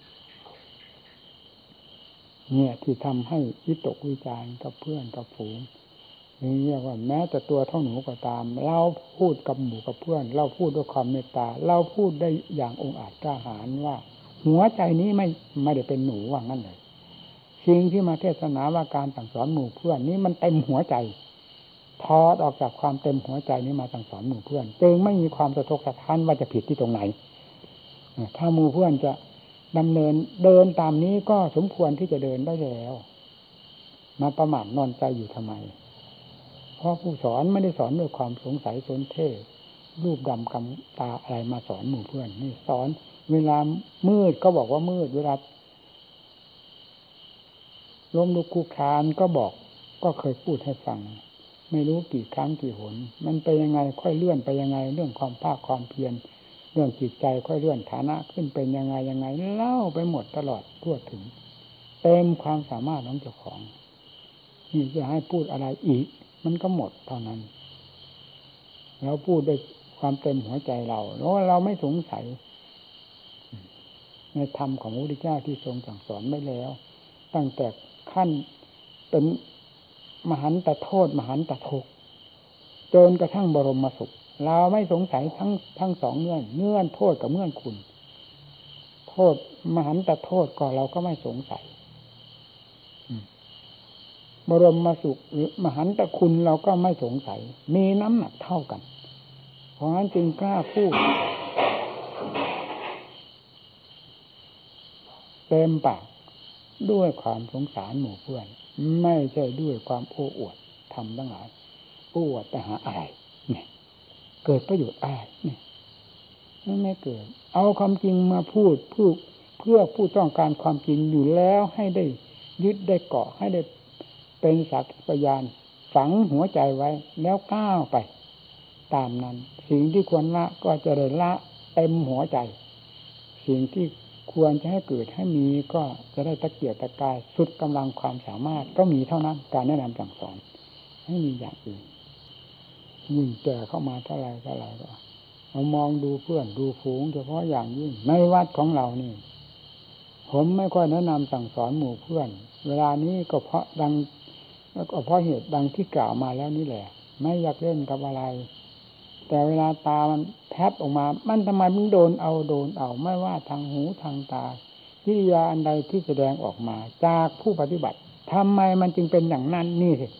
A: เนี่ยที่ทำให้วิตกวิจารณ์กับเพื่อนกับฝูงนี่เรียกว่าแม้แต่ตัวเท่าหนูก็ตามเราพูดกับหมู่กับเพื่อนเราพูดด้วยความเมตตาเราพูดได้อย่างองอาจกล้าหาญว่าหัวใจนี้ไม่ได้เป็นหนูว่างั้นเลยสิ่งที่มาเทศนาว่าการสั่งสอนหมู่เพื่อนนี้มันเต็มหัวใจถอดออกจากความเต็มหัวใจนี้มาสั่งสอนหมู่เพื่อนจึงไม่มีความสะทกสะท้านว่าจะผิดที่ตรงไหนถ้าหมู่เพื่อนจะดำเนินเดินตามนี้ก็สมควรที่จะเดินได้แล้วมาประมาทนอนใจอยู่ทำไมเพราะผู้สอนไม่ได้สอนด้วยความสงสัยสนเท่รูปดำกำตาอะไรมาสอนหมู่เพื่อนนี่สอนเวลามืดก็บอกว่ามืดเวลาล้มลุกคลุกคลานก็บอกก็เคยพูดให้ฟังไม่รู้กี่ครั้งกี่หนมันไปยังไงค่อยเลื่อนไปยังไงเรื่องความภาคความเพียรเรื่องจิตใจค่อยเลื่อนฐานะขึ้นเป็นยังไงเล่าไปหมดตลอดทั่วถึงเต็มความสามารถของเจ้าของนี่จะให้พูดอะไรอีกมันก็หมดเท่านั้นเราพูดด้วยความเต็มหัวใจเราแล้วเราไม่สงสัยในธรรมของพระพุทธเจ้าที่ทรงสั่งสอนไว้แล้วตั้งแต่ขั้นเป็นมหันตโทษมหันตทุกข์จนกระทั่งบรมสุขเราไม่สงสัยทั้งสองเงื่อนโทษกับเงื่อนคุณโทษมหันตโทษก็เราก็ไม่สงสัยบรมสุขหรือมหันตคุณเราก็ไม่สงสัยมีน้ำหนักเท่ากันเพราะฉะนั้นจึงกล้าพูดเต็มปากด้วยความสงสารหมู่เพื่อนไม่ใช่ด้วยความโอ้อวดทำทั้งหลายโอ้อวดแต่หาอะไรเนี่ยเกิดประโยชน์อะไรเนี่ยไม่เกิดเอาความจริงมาพูดเพื่อผู้ต้องการความจริงอยู่แล้วให้ได้ยึดได้เกาะให้ได้เป็นสักขีพยานฝังหัวใจไว้แล้วก้าวไปตามนั้นสิ่งที่ควรละก็จะได้ละเต็มหัวใจสิ่งที่ควรจะให้เกิดให้มีก็จะได้ตะเกียกตะกายสุดกำลังความสามารถก็มีเท่านั้นการแนะนำสั่งสอนไม่มีอย่างอื่นยิ่งแก่เข้ามาเท่าไรก็เรามองดูเพื่อนดูฝูงเฉพาะอย่างยิ่งในวัดของเรานี่ผมไม่ค่อยแนะนำสั่งสอนหมู่เพื่อนเวลานี้ก็เพราะเหตุดังที่กล่าวมาแล้วนี่แหละไม่อยากเล่นกับอะไรแต่เวลาตามันแทบออกมามันทำไมมึงโดนเอาไม่ว่าทางหูทางตากิริยาอันใดที่แสดงออกมาจากผู้ปฏิบัติทำไมมันจึงเป็นอย่างนั้นนี่สิ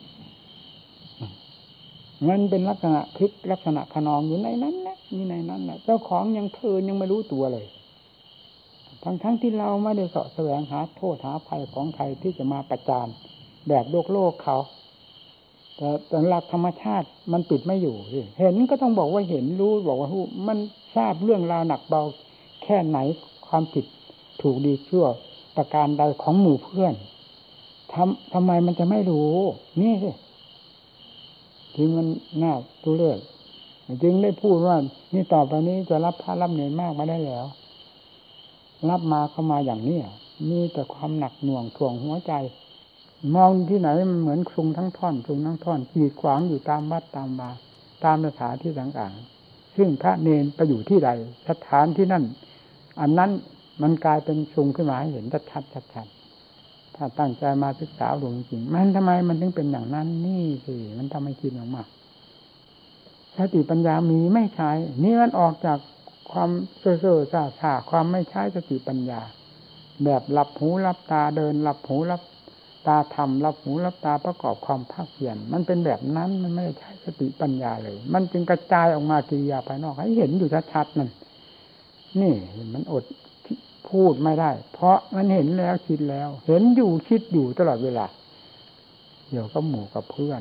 A: มันเป็นลักษณะคลิกลักษณะขนองอยู่ในนั้นนะนี่ในนั้นนะเจ้าของยังเพลินยังไม่รู้ตัวเลยทั้งที่เราไม่ได้เสาะแสวงหาโทษหาภัยของใครที่จะมาประจานแบบโลกเขาแต่หลักธรรมชาติมันปิดไม่อยู่เห็นก็ต้องบอกว่าเห็นรู้บอกว่ารู้มันทราบเรื่องราวหนักเบาแค่ไหนความผิดถูกดีชั่วประการใดของหมู่เพื่อนทำไมมันจะไม่รู้นี่สิจึงมันน่าทุเรศจึงได้พูดว่านี่ต่อไปนี้จะรับพระรับเนรมากไม่ได้แล้วรับมาเข้ามาอย่างนี้มีแต่ความหนักหน่วงถ่วงหัวใจมองที่ไหนมันเหมือนคลุงทั้งท่อนขีดขวางอยู่ตามวัดตามบาตามสถานที่ต่างๆซึ่งพระเนรไปอยู่ที่ใดสถานที่นั่นอันนั้นมันกลายเป็นคลุงขึ้นมาให้เห็นชัดถ้าตั้งใจมาศึกษาดูจริงมันทำไมมันถึงเป็นอย่างนั้นนี่สิมันทำให้คิดมากๆสติปัญญามีไม่ใช้นี่มันออกจากความเซ่อซ่าความไม่ใช้สติปัญญาแบบหลับหูหลับตาเดินหลับหูหลับตาทำหลับหูหลับตาประกอบความภาคเพียรมันเป็นแบบนั้นมันไม่ได้ใช้สติปัญญาเลยมันจึงกระจายออกมากิริยาภายนอกให้เห็นอยู่ชัดๆนั่นนี่มันอดพูดไม่ได้เพราะมันเห็นแล้วคิดแล้วเห็นอยู่คิดอยู่ตลอดเวลาเดี๋ยวก็หมู่กับเพื่อน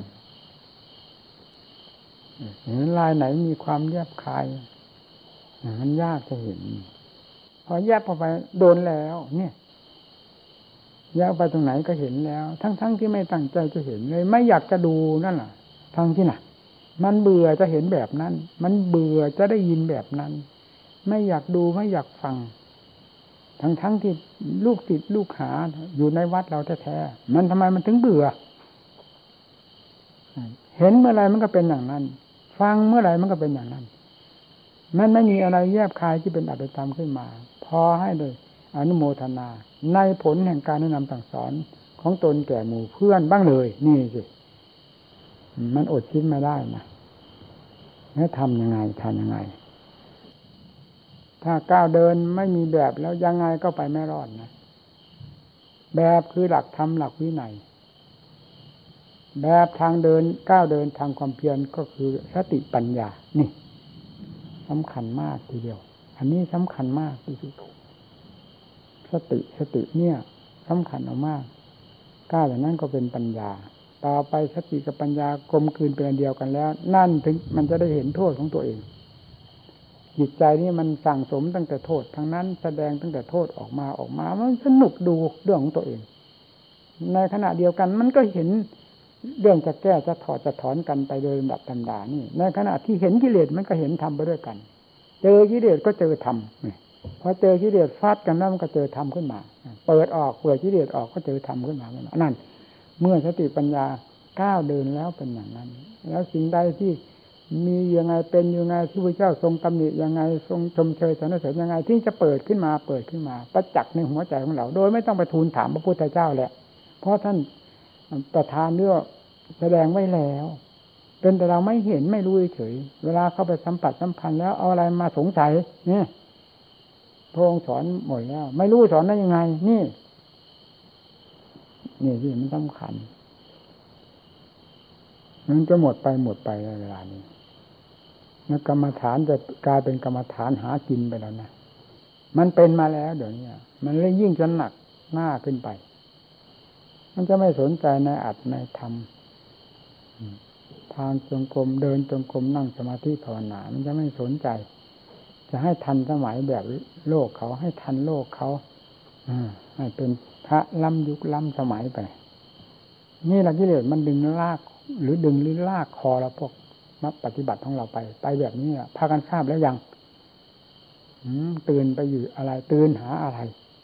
A: เห็นลายไหนมีความแยบคายมันยากจะเห็นพอแยบออกไปโดนแล้วเนี่ยแยบไปตรงไหนก็เห็นแล้วทั้งที่ไม่ตั้งใจจะเห็นเลยไม่อยากจะดูนั่นแหละทั้งที่น่ะมันเบื่อจะเห็นแบบนั้นมันเบื่อจะได้ยินแบบนั้นไม่อยากดูไม่อยากฟังทั้งที่ลูกติดลูกหาอยู่ในวัดเราแท้ๆมันทำไมมันถึงเบื่อเห็นเมื่อไรมันก็เป็นอย่างนั้นฟังเมื่อไรมันก็เป็นอย่างนั้นมันไม่มีอะไรแยบคายที่เป็นอัตธรรมขึ้นมาพอให้เลยอนุโมทนาในผลแห่งการแนะนำสั่งสอนของตนแก่หมู่เพื่อนบ้างเลยนี่สิมันอดคิดไม่ได้นะแล้วทำยังไงถ้าก้าวเดินไม่มีแบบแล้วยังไงก็ไปไม่รอดนะแบบคือหลักธรรมหลักวินัยแบบทางเดินก้าวเดินทางความเพียรก็คือสติปัญญานี่สำคัญมากทีเดียวอันนี้สำคัญมากที่สุดสติเนี่ยสำคัญมากก้าวอย่างนั้นก็เป็นปัญญาต่อไปสติกับปัญญากลมกลืนเป็นอันเดียวกันแล้วนั่นถึงมันจะได้เห็นโทษของตัวเองจิตใจนี่มันสั่งสมตั้งแต่โทษทั้งนั้นแสดงตั้งแต่โทษออกมามันสนุกดูเรื่องของตัวเองในขณะเดียวกันมันก็เห็นเรื่องจะแก้จะถอนกันไปโดยลำดับธรรมดานี่ในขณะที่เห็นกิเลสมันก็เห็นธรรมไปด้วยกันเจอกิเลสก็เจอธรรมพอเจอกิเลสฟาดกันแล้วมันก็เจอธรรมขึ้นมาเปิดกิเลสออกก็เจอธรรมขึ้นมานั่นเมื่อสติปัญญาก้าวเดินแล้วเป็นอย่างนั้นแล้วสิ่งใดที่มียังไงเป็นยังไงที่พระเจ้าทรงตำหนิยังไงทรงชมเชยสรรเสริญยังไงที่จะเปิดขึ้นมาประจักษ์ในหัวใจของเราโดยไม่ต้องไปทูลถามพระพุทธเจ้าแหละเพราะท่านประทานเรื่องแสดงไว้แล้วเป็นแต่เราไม่เห็นไม่รู้เฉยเวลาเข้าไปสัมผัสสัมพันธ์แล้วเอาอะไรมาสงสัยเนี่ยพระองค์สอนหมดแล้วไม่รู้สอนได้ยังไงนี่ที่มันสำคัญมันจะหมดไปเวลานี้แล้วกรรมฐานจะกลายเป็นกรรมฐานหากินไปแล้วนะมันเป็นมาแล้วเดี๋ยวนี้มันเลยยิ่งจะหนักหน้าขึ้นไปมันจะไม่สนใจในอัตในธรรมทางจงกรมเดินจงกรมนั่งสมาธิภาวนามันจะไม่สนใจจะให้ทันสมัยแบบโลกเขาให้ทันโลกเขาให้เป็นพระล้ำยุคล้ำสมัยไปนี่แหละกิเลสมันดึงลากหรือลากคอเราพวกนักปฏิบัติของเราไปแบบนี้พากันทราบแล้วยังตื่นไปอยู่อะไรตื่นหาอะไร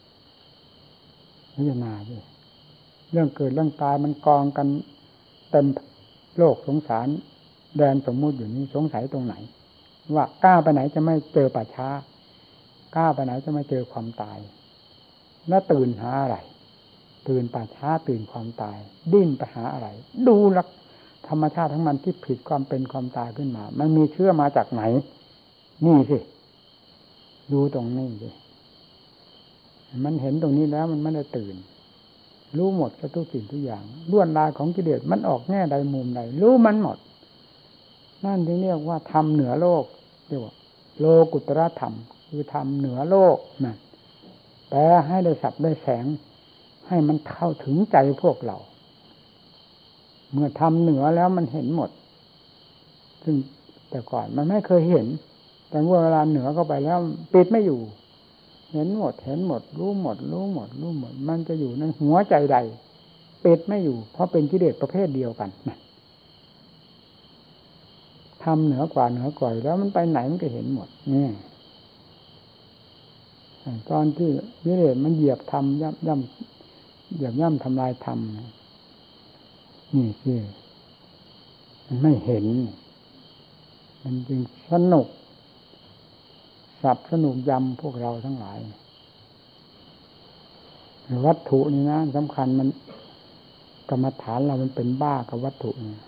A: พิจารณาดิเรื่องเกิดเรื่องตายมันกองกันเต็มโลกสงสารแดนสมมุติอยู่นี้สงสัยตรงไหนว่าก้าวไปไหนจะไม่เจอป่าช้าก้าวไปไหนจะไม่เจอความตายแล้วตื่นหาอะไรตื่นป่าช้าตื่นความตายดิ้นไปหาอะไรดูลักธรรมชาติทั้งมันที่ผิดความเป็นความตายขึ้นมามันมีเชื้อมาจากไหนนี่สิดูตรงนี้สิมันเห็นตรงนี้แล้วมันไม่ได้ตื่นรู้หมดทุกสิ่งทุกอย่างล้วนลายของกิเลสมันออกแง่ใดมุมใดรู้มันหมดนั่นที่เรียกว่าธรรมเหนือโลกเรียกว่าโลกุตระธรรมคือธรรมเหนือโลกนะแปลให้ได้สับได้แสงให้มันเข้าถึงใจพวกเราเมื่อทำเหนือแล้วมันเห็นหมดซึ่งแต่ก่อนมันไม่เคยเห็นแต่เมื่อเวลาเหนือเข้าไปแล้วปิดไม่อยู่เห็นหมดรู้หมดมันจะอยู่ในหัวใจใดปิดไม่อยู่เพราะเป็นกิเลสประเภทเดียวกันทำเหนือกว่าแล้วมันไปไหนมันก็เห็นหมดนี่ตอนที่กิเลสมันเหยียบทำย่ำทำลายธรรมนี่สิมันไม่เห็นมันจึงสนุกสนุกยำพวกเราทั้งหลายวัตถุนี่นะสำคัญมันกรรมฐานเรามันเป็นบ้ากับวัตถุนี่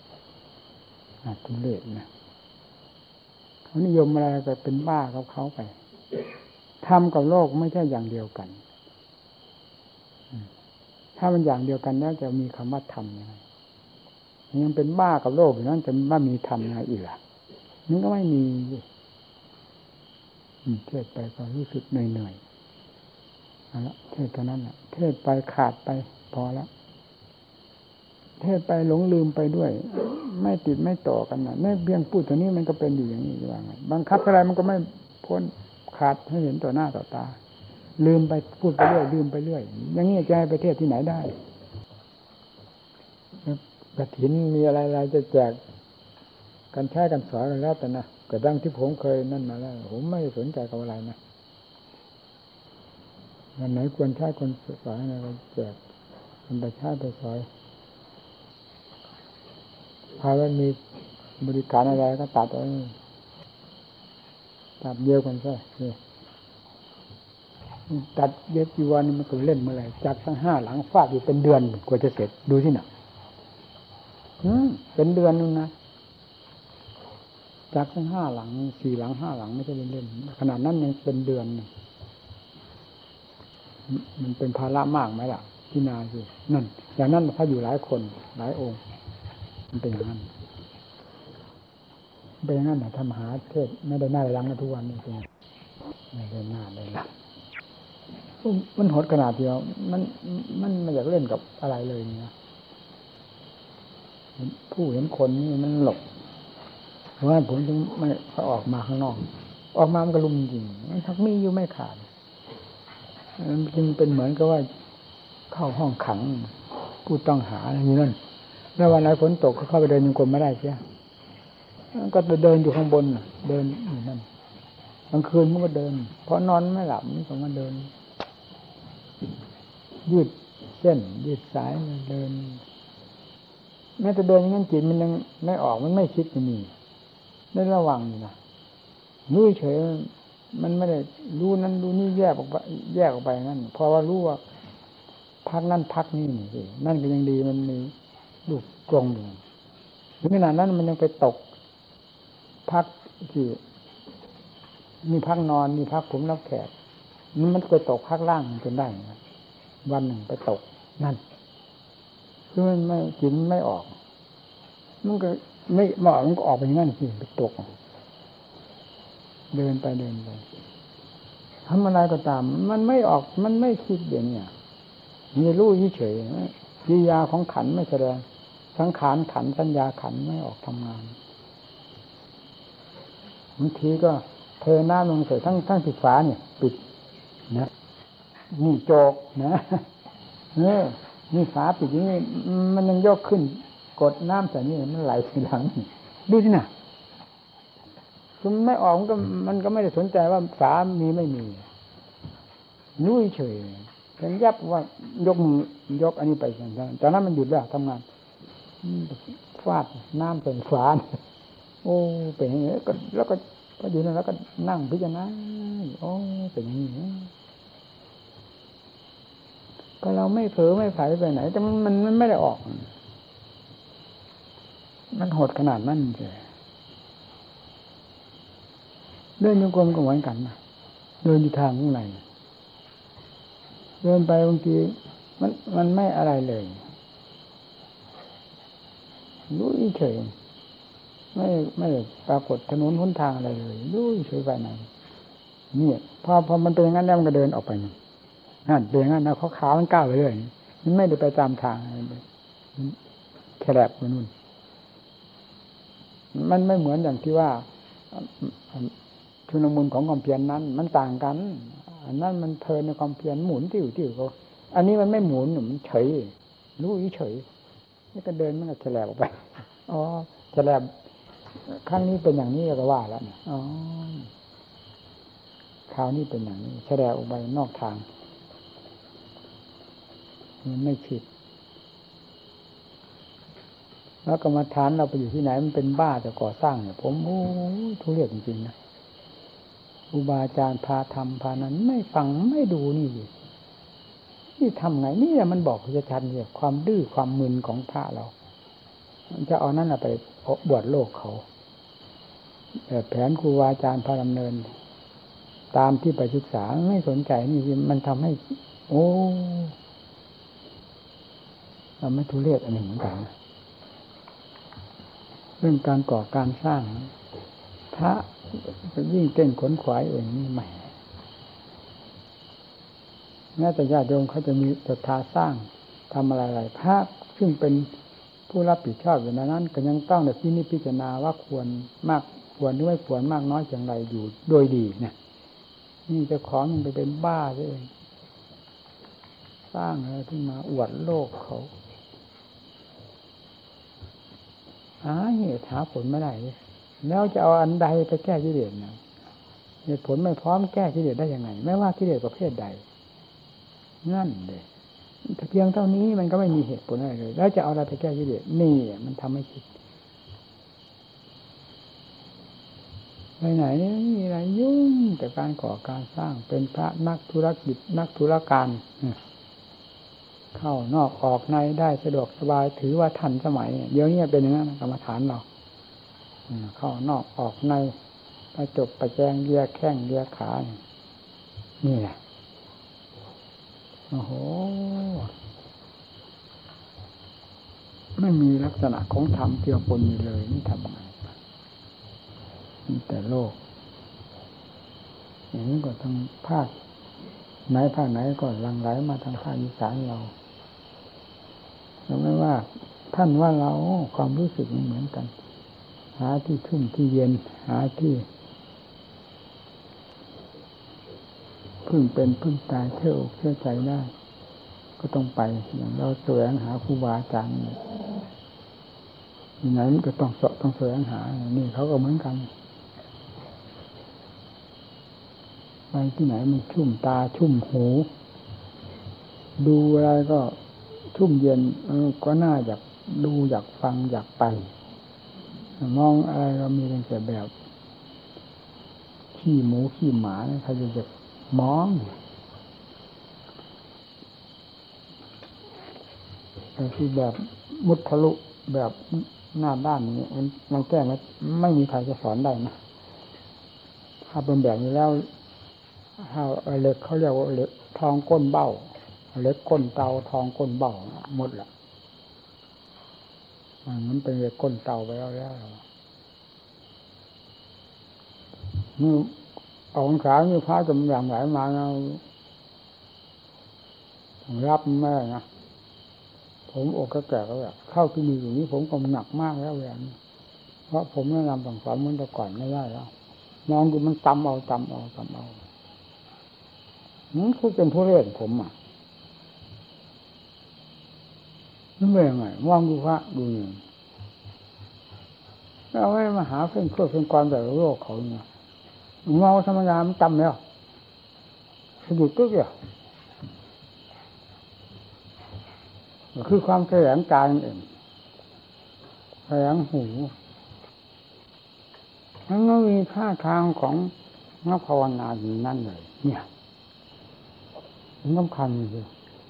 A: ทุเรศนะเขานิยมอะไรก็เป็นบ้ากับเขาไปธรรมกับโลกไม่ใช่อย่างเดียวกันถ้ามันอย่างเดียวกันแล้วจะมีคำว่าธรรมยังไงยังเป็นบ้ากับโลกอยู่นั้นจะว่ามีธรรมยังไงอีกล่ะมันก็ไม่มีเทศไปก็รู้สึกเหนื่อยๆนั่นแหละเทศเท่านั้นแหละเทศไปขาดไปพอแล้วเทศไปหลงลืมไปด้วยไม่ติดไม่ต่อกันนะแม้เพียงพูดตัวนี้มันก็เป็นอยู่อย่างนี้ว่าไงบังคับอะไรมันก็ไม่พ้นขาดให้เห็นต่อหน้าต่อตาลืมไปพูดไปเรื่อยลืมไปเรื่อยอย่างนี้จะให้ไปเทศที่ไหนได้กฐินมีอะไรๆจะแจกกันใช้กันสอนกันแล้วแต่นะแต่ดังที่ผมเคยนั่นมาแล้วผมไม่สนใจกับอะไรนะวันไหนควรใช้คนสอนอะไรก็แจกคนไปใช้ไปสอนพาแล้วมีบริการอะไรก็ตัดเอาตัดเดียวกันใช่ตัดเย็บจีวรนี่มันก็เล่นเมื่อไหร่จัดทั้ง5 หลังฟาดอยู่เป็นเดือนกว่าจะเสร็จดูที่น่ะเป็นเดือนนึงนะจากทั้ง5 หลัง 4 หลัง 5 หลังไม่ใช่เล่นๆขนาดนั้นยังเป็นเดือนมันเป็นภาระมากไหมล่ะที่นาสินั่นอย่างนั้นถ้าอยู่หลายคนหลายองค์มันเป็นอย่างนั้นเป็นอย่างนั้นนะทำมหาเทศไม่ได้หน้าได้หลังนะทุกวันนี้เป็นไม่ได้หน้าได้หลังมันหดขนาดเดียวมันไม่อยากเล่นกับอะไรเลยเนี่ยผู้เห็นคนนี่มันหลบเพราะฉะนั้นผมจึงไม่ออกมาข้างนอกออกมามันก็ลุมจริงมันทักมีอยู่ไม่ขาดมันจึงเป็นเหมือนกับว่าเข้าห้องขังผู้ต้องหาอย่างนี้นั่นแล้ววันไหนฝนตกก็เข้าไปเดินยังกลมไม่ได้เสียก็เดินอยู่ข้างบนเดินอยู่นั่นกลางคืนมันก็เดินเพราะนอนไม่หลับมันก็มาเดินยืดเส้นยืดสายเดินแม้แต่เดินอย่างนั้นจิตมันยังไม่ออกมันไม่คิดอย่างนี้ได้ระวังนะรู้เฉยมันไม่ได้รู้นั้นรู้นี่แยกออกไปงั้นเพราะว่ารู้ว่าพักนั่นพักนี่สินั่นก็ยังดีมันมีลูกกลงอยู่ถึงขนาดนั้นมันยังไปตกพักที่มีพักนอนมีพักผมรับแขกมันไปตกพักล่างจนได้วันหนึ่งไปตกนั่นคือมันไม่จิตไม่ออกมันก็ไม่เหมาะมันก็ออกไปงั้นสิไปตกเดินไปทำอะไรก็ตามมันไม่ออกมันไม่คิดอย่างเนี้ยมีรู้เฉยๆกิริยาของขันไม่แสดงสังขารขันสัญญาขันไม่ออกทำงานบางทีก็เทน้ำลงใส่ทั้งปิดฝาเนี่ยปิดนะนี่โจกนะนี่ฝาปิดอย่างนี้มันยังยกขึ้นกดน้ำใส่นี่มันไหลทีหลังดูสินะคือไม่ออกมันก็ไม่ได้สนใจว่าฝามีไม่มีนุ่ยเฉยเห็นยับว่ายกอันนี้ไปจากนั้นมันหยุดแล้วทำงานฟาดน้ำใส่ฝาโอ้เป็นอย่างนี้แล้วก็อยู่นั่นแล้วก็นั่งพิจารณาโอ้เป็นอย่างนี้ก็เราไม่เผลอไม่ไผลไปไหนแต่มันไม่ได้ออกมันโหดขนาดนั้นเลยเดินโยกมก็เหมือนกันนะเดินอยู่ทางข้างในเดินไปบางทีมันไม่อะไรเลยรู้เฉยไม่ปรากฏถนนหนทางอะไรเลยรู้เฉยไปไหนนี่พอมันเป็นอย่างนั้นแล้วมันก็เดินออกไปนั่นเป็นอย่างนั้นนะเขาขามันก้าวไปเรื่อยมันไม่ได้ไปตามทางแฉลบไปนู่นมันไม่เหมือนอย่างที่ว่าชุนมุนของความเพียรนั้นมันต่างกันอันนั้นมันเพลินในความเพียรหมุนติ้วเขาอันนี้มันไม่หมุนมันเฉยรู้เฉยนี่ก็เดินมันก็แฉลบออกไปอ๋อแฉลบครั้งนี้เป็นอย่างนี้ก็ว่าแล้วอ๋อคราวนี้เป็นอย่างนี้แฉลบออกไปนอกทางมันไม่ผิดแล้วกรรมฐานเราไปอยู่ที่ไหนมันเป็นบ้าจะก่อสร้างเนี่ยผมโอ้ทุเรศจริงๆนะครูบาอาจารย์พาทำพานั้นไม่ฟังไม่ดูนี่ทำไงนี่แหละมันบอกจะชัดเนี่ยความดื้อความมึนของพระเรามันจะเอานั่นไปบวชโลกเขาแบบแผนครูบาอาจารย์พาดำเนินตามที่ไปศึกษาไม่สนใจนี่มันทำให้โอ้ทำให้ทุเรศอันหนึ่งเหมือนกันเรื่องการก่อการสร้างพระยิ่งเต้นขนขวายเองนี่ใหม่แม้แต่ญาติโยมเขาจะมีศรัทธาสร้างทำอะไรพระซึ่งเป็นผู้รับผิดชอบอยู่ในนั้นก็ยังต้องในที่นี้พิจารณาว่าควรมากควรหรือไม่ควรมากน้อยอย่างไรอยู่โดยดีเนี่ยนี่เจ้าของมันไปเป็นบ้าเองสร้างอะไรขึ้นมาอวดโลกเขาหาเหตุหาผลไม่ได้แล้วจะเอาอันใดไปแก้กิเลสนะเหตุผลไม่พร้อมแก้กิเลสได้ยังไงไม่ว่ากิเลสประเภทใดนั่นเลยเพียงเท่านี้มันก็ไม่มีเหตุผลอะไรเลยแล้วจะเอาอะไรไปแก้กิเลสนี่มันทำให้คิดไปไหนนี่อะไรยุ่งแต่การก่อการสร้างเป็นพระนักธุรกิจนักธุรการเข้านอกออกในได้สะดวกสบายถือว่าทันสมัยเดี๋ยวนี้เป็นอย่างนั้นกรรมฐานเราเข้านอกออกในประจบประแจงเลียแข้งเลียขานี่แหละโอ้โหไม่มีลักษณะของธรรมเกี่ยวปนอยู่เลยนี่ทำไงมีแต่โลกอย่างนี้ก็ทางภาคไหนภาคไหนก็หลั่งไหลมาทางภาคอีสานเราไม่ว่าท่านว่าเราความรู้สึกไม่เหมือนกันหาที่ชุ่มที่เย็นหาที่พึ่งเป็นพึ่งตายเชื่ออกเชื่อใจได้ก็ต้องไปอย่างเราแสวงหาครูบาอาจารย์ที่ไหนมันก็ต้องแสวงหานี่เขาก็เหมือนกันไปที่ไหนมันชุ่มตาชุ่มหูดูอะไรก็ชุ่มเย็นก็น่าอยากดูอยากฟังอยากไปมองอะไรเรามีแต่แบบขี้หมูขี้หมาใครจะมองแต่ที่แบบมุทะลุแบบหน้าด้านนี้มันแก้ไม่มีใครจะสอนได้นะถ้าเป็นแบบนี้แล้วถ้าเหล็กเขาเรียกว่าเหล็กทองก้นเบ้าเหล็กก้นเตาทองก้นเบ้าหมดละมันเป็นเหล็กก้นเตาไปแล้วนี่เอาของขายมีพระจำอย่างไหลมารับแม่นะผมอกก็แก่ก็แบบเข้าที่มีอยู่นี้ผมก็หนักมากแล้วอย่างนี้เพราะผมแนะนำสั่งสอนมันแต่ก่อนไม่ได้แล้วมองดูมันจำเอาคือเป็นผู้เล่นผมนั่นเป็นยังไงมองดูพระดูหนึ่งแล้วให้มาหาเพื่อนกรแบบโลกเขาเนี่ยมองธรรมดามันจำแล้วสะดุดตึ๊กเนี่ยคือความแสลงกายเองแสลงหูมันก็มีท่าทางของนักภาวนาอยู่นั่นเลยเนี่ยมันสำคัญเลย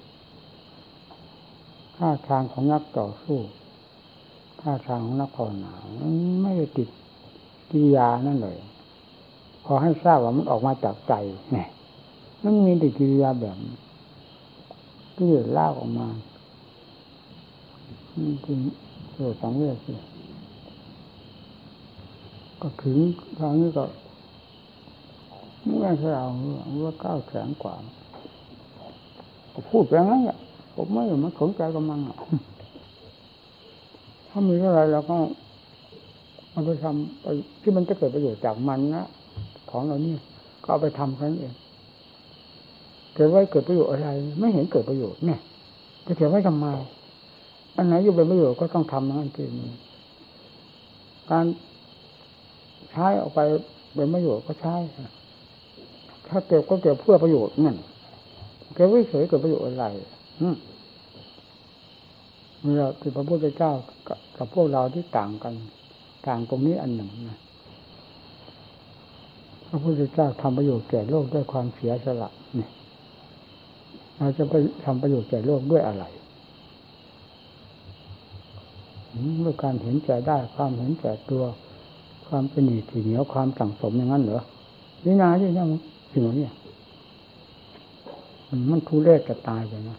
A: ท่าทางของนักต่อสู้ท่าทางของนักภาวนามันไม่ได้ติดกิริยานั่นเลยพอให้ทราบว่ามันออกมาจากใจเนี่ยมันมีแต่กิริยาแบบที่เดือดร้อนออกมาจริงโซ่สังเวชสิก็ถึงคราวนี้ก็เมื่อเราว่า900,000 กว่าก็พูดไปงั้นแหละผมไม่สนใจกับมันถ้ามีอะไรเราก็เอาไปทำไปที่มันจะเกิดประโยชน์จากมันนะของเรานี่ก็เอาไปทำกันเองเกิดไว้เกิดประโยชน์อะไรไม่เห็นเกิดประโยชน์เนี่ยจะเก็บไว้ทำไมอันไหนอยู่เป็นประโยชน์ก็ต้องทำนั่นเองการใช้ออกไปเป็นประโยชน์ก็ใช้ถ้าเก็บก็เก็บเพื่อประโยชน์นั่นเก็บไว้เฉยเกิดประโยชน์อะไรเมื่อที่พระพุทธเจ้ากับพวกเราที่ต่างกันต่างตรงนี้อันหนึ่งนะพระพุทธเจ้าทำประโยชน์แก่โลกด้วยความเสียสละเนี่ยเราจะไปทำประโยชน์แก่โลกด้วยอะไรด้วยการเห็นแก่ได้ความเห็นแก่ตัวความเป็นหนี้ที่เหนียวความสั่งสมอย่างนั้นเหรอวินาที่นั่นสิ่งนี้มันทุเรศจะตายไปนะ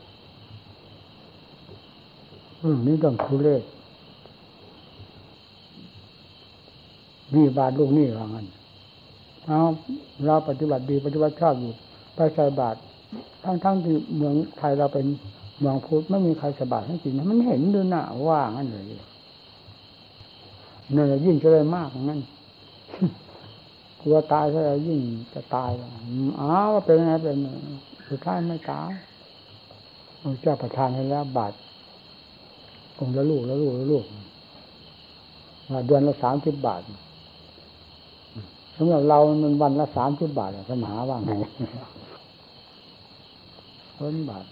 A: เรื่องนี้ต้องทุเรศนี่บาตรลูกนี่ว่างั้นเอาเราปฏิบัติดีปฏิบัติชอบอยู่ไปใส่บาตรทั้งที่เมืองไทยเราเป็นเมืองพุทธไม่มีใครใส่บาตรให้กินมันเห็นดูหน้าว่างั้นเลยเนี่ยยิ่งจะได้มากงั้นกลัวตายซะแล้วยิ่งจะตายว่าเป็นไงเป็นสุดท้ายไม่ตายเจ้าประทานให้แล้วบาตรองค์ละลูกว่าเดือนละ30 บาทสำหรับเรามันวันละ30 บาทสมหาว่าไงล้นบาท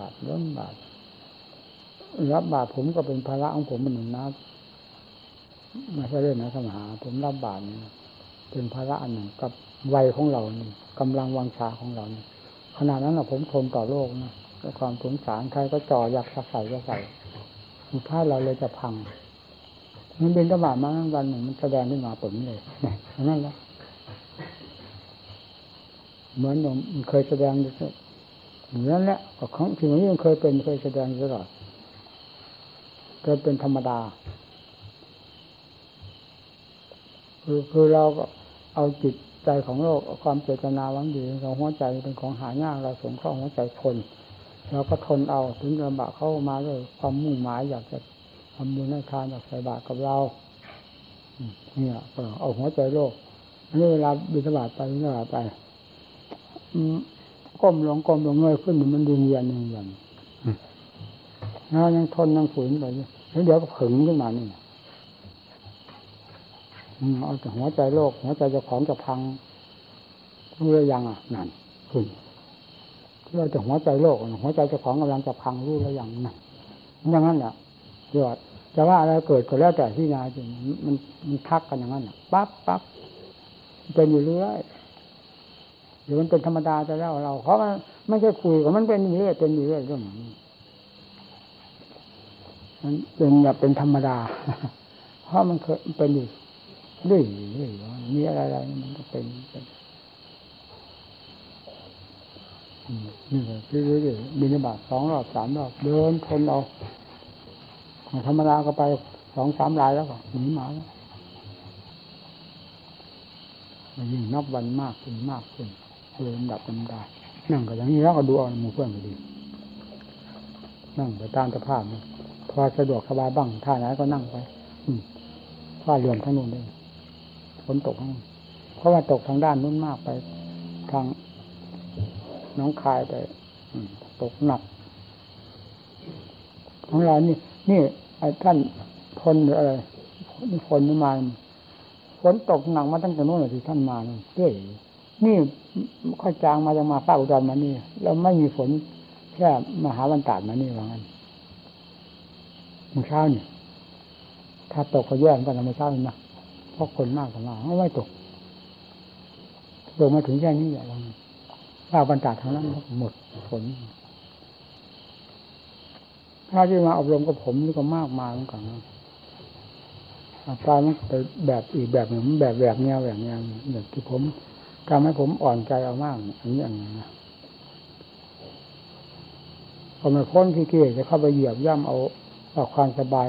A: รับบาทผมก็เป็นภาระของผมเป็นหนึ่งนะไม่ใช่เรื่องนะสมหาผมรับบาทเป็นภาระอันหนึ่งกับวัยของเรานี่กำลังวังชาของเรานี่ขนาดนั้นผมทนต่อโลกนะด้วยความสงสารใครก็จ่ออยากใส่สุดท้ายเราเลยจะพังมันเป็นกระบาดมาทั้งวันหนึ่งมันแสดงขึ้นมาผลเลยนั่นแหละเหมือนมันเคยแสดงเหมือนแหละของสิ่งนี้มันเคยแสดงตลอดก็เป็นธรรมดาคือเราก็เอาจิตใจของโลกความเจตนาหวังดีของหัวใจเป็นของหายากเราสงเคราะห์หัวใจทนเราก็ทนเอาถึงลำบากเข้ามาด้วยความมุ่งหมายอยากจะทำบุญให้ทานอยากใส่บาตรกับเราเนี่ยเอาหัวใจโลกอันนี้เวลาบิณฑบาตไปก้มลงเงยขึ้นมันดึงเวียนเรายังทนยังฝืนไปแล้วเดี๋ยวก็ผึ่งขึ้นมานี่เอาแต่หัวใจโลกหัวใจเจ้าของจะพังรู้หรือยังนั่นขึ้นเราจะหัวใจโลกหัวใจเจ้าของกำลังจะพังรู้หรือยังนั่นอย่างนั้นแหละยอดจะว่าอะไรเกิดก็แล้วแต่ที่นาจริงมันทักกันอย่างนั้นปั๊บเป็นอยู่เรื่อยหรือมันเป็นธรรมดาจะแล้วเราเพราะมันไม่ใช่คุยกับมันเป็นอยู่เรื่อยเรื่องนี้มันเป็นแบบเป็นธรรมดาเพราะมันเคยเป็นอยู่เรื่อยมีอะไรมันก็เป็นนี่เลยเรื่อยบิณฑบาต2 รอบ 3 รอบเดินทนเอาธรรมดาก็ไป2-3 รายแล้วก็หนีมาแล้วยิ่งนับวันมากขึ้นเลยดับมันได้นั่งก็อย่างนี้แล้วก็ดูเอาหมู่เพื่อนก็ดีนั่งไปตามสภาพนี่พอสะดวกสบายบ้างท่าไหนก็นั่งไปผ้าเรือนทั้งนู้นเลยฝนตกเพราะว่าตกทางด้านนู้นมากไปทางน้องคายไปตกหนักของเรานี่ไอ้ท่านทนหรืออะไรนี่ฝนมาฝนตกหนักมาตั้งแต่นู้นเลยที่ท่านมาเนี่ยนี่ค่อยจางมาจะมาภาคอุดรมานี่แล้วไม่มีฝนแค่มหาวันตาดมานี่ว่างั้นเมื่อเช้านี่ถ้าตกก็แย่กันเมื่อเช้านี่นะเพราะคนมากกว่าไม่ตกลงมาถึงแค่นี้แหละภาควันตาดทางนั้นหมดฝนถ้าที่มาอบรมกับผมนี่ก็มากมายเหมือนกันปลายมันไปแบบอีกแบบหนึ่งแบบแหวกแนวอย่างที่ผมทำให้ผมอ่อนใจเอามากอย่างนี้นะพอมาพ้นที่เกียจะเข้าไปเหยียบย่ำเอาความสบาย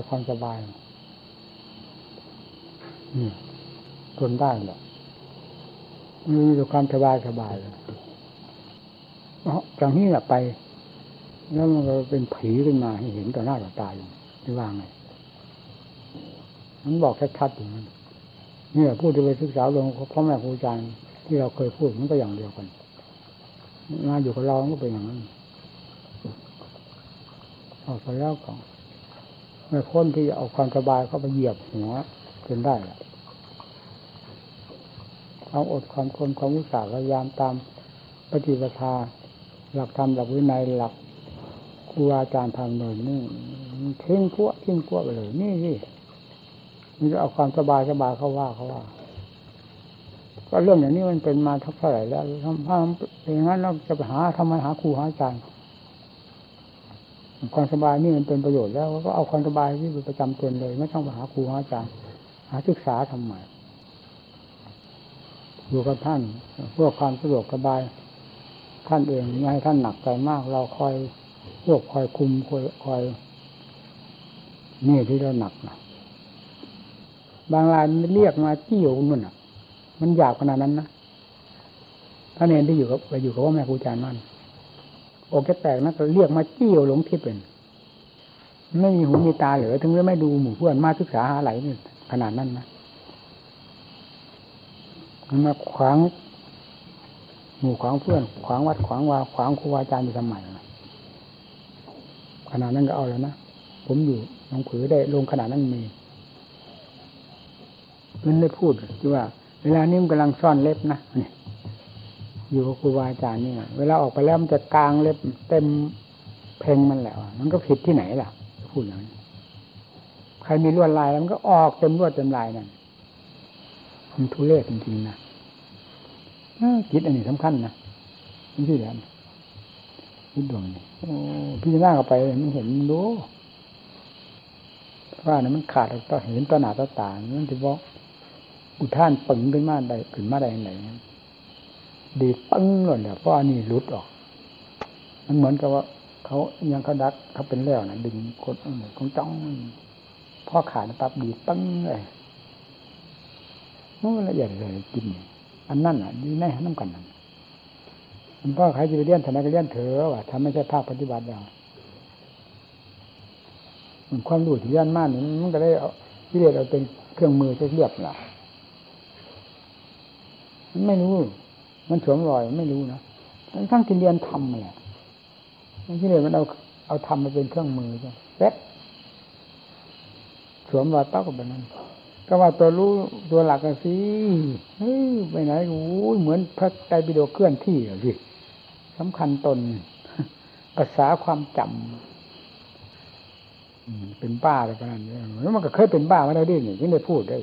A: ทนได้หรอกมีแต่ความสบายเลยจากนี้แหละไปแล้วมันก็เป็นผีขึ้นมาให้เห็นต่อหน้าต่อตาอยู่ที่ว่าไงมันบอกชัดๆอย่างนั้นนี่แหละพูดจะไปศึกษาลงพ่อแม่ครูอาจารย์ที่เราเคยพูดมันก็อย่างเดียวกันมาอยู่กับเราก็เป็นอย่างนั้นเอาไปแล้วก็ไม่พ้นที่จะเอาความสบายเข้าไปเหยียบหัวจนได้ความอดความทนความอุตสาหพยายามตามปฏิปทาหลักธรรมหลักวินัยหลักครูอาจารย์ทำเลยนี่ทิ้งขั้วไปเลยนี่มันจะเอาความสบายเขาว่าก็เรื่องอย่างนี้มันเป็นมาเท่าไหร่แล้วถ้าเป็นอย่างนั้นเราจะไปทำไมหาครูหาอาจารย์ความสบายนี่มันเป็นประโยชน์แล้วก็เอาความสบายที่เป็นประจำตนเลยไม่ต้องไปหาครูหาอาจารย์หาศึกษาทำไมอยู่กับท่านเพื่อความสะดวกสบายท่านเองไม่ให้ท่านหนักใจมากเราคอยควบคอยคุมคอยนี่ที่เราหนักนะบางรายมันเรียกมาจี้อยู่นู่นอ่ะมันหยาบขนาดนั้นนะถ้าเนรที่อยู่กับพ่อแม่ครูอาจารย์มั่นโอเคแตกนะก็เรียกมาจี้อยู่หลงทิพย์เป็นไม่มีหูมีตาเหลือถึงจะไม่ดูหมู่เพื่อนมาศึกษาหาไหลนี่ขนาดนั้นนะมันมาขวางหมู่ขวางเพื่อนขวางวัดขวางวาขวางครูอาจารย์อยู่ทำไมขนาดนั้นก็เอาแล้วนะผมอยู่หนองผือได้ลงขนาดนั้นมีมันได้พูดที่ว่าเวลานี้มันกำลังซ่อนเล็บนะนี่อยู่กับครูอาจารย์นี่เวลาออกไปแล้วมันจะกางเล็บเต็มเพลงมันแล้วมันก็ผิดที่ไหนล่ะพูดอย่างนี้ใครมีลวดลายแล้วมันก็ออกเต็มลวดเต็มลายนั่นมันทุเรศจริงๆนะคิดอันนี้สำคัญนะนี่ที่เดียวคิดดวงนี่พี่จะหน้าเข้าไปมันเห็นมันรู้ว่าเนี่ยมันขาดต่อเห็นต่อหน้าต่อตามันจะบอกอุทานปึงขึ้นมาได้ไหนดีปึ้งหล่นเลยเพราะอันนี้รุดออกมันเหมือนกับว่าเขายังเขาดักเขาเป็นแล้วนะดึงกดของจ้องพ่อขาดปั๊บดีปึ้งเลยมันละเอียดเลยกินอันนั่นอ่ะดีแน่น้ำกันนั่นมันพ่อใครจะไปเลี้ยนทนายก็เลี้ยนเถอะว่ะทำไม่ใช่ภาคปฏิบัติแล้วมันความรู้ที่เลี้ยนมากนี่มันก็ได้เอาที่เรียกเราเป็นเครื่องมือใช้เรียบล่ะมันไม่รู้มันสวมรอยไม่รู้นะทั้งที่เรียนทำเนี่ยที่เรียนมันเอาทำมาเป็นเครื่องมือใช่เป๊ะสวมรอยเต้ากับแบบนั้นก็ว่าตัวรู้ตัวหลักกันสิไปไหนโอ้ยเหมือนพระไตรปิฎกเคลื่อนที่สิสำคัญตนภาษาความจำเป็นบ้าอะไรประมาณนี้แล้วมันก็เคยเป็นบ้ามาแล้วดิเนี่ยที่ได้พูดได้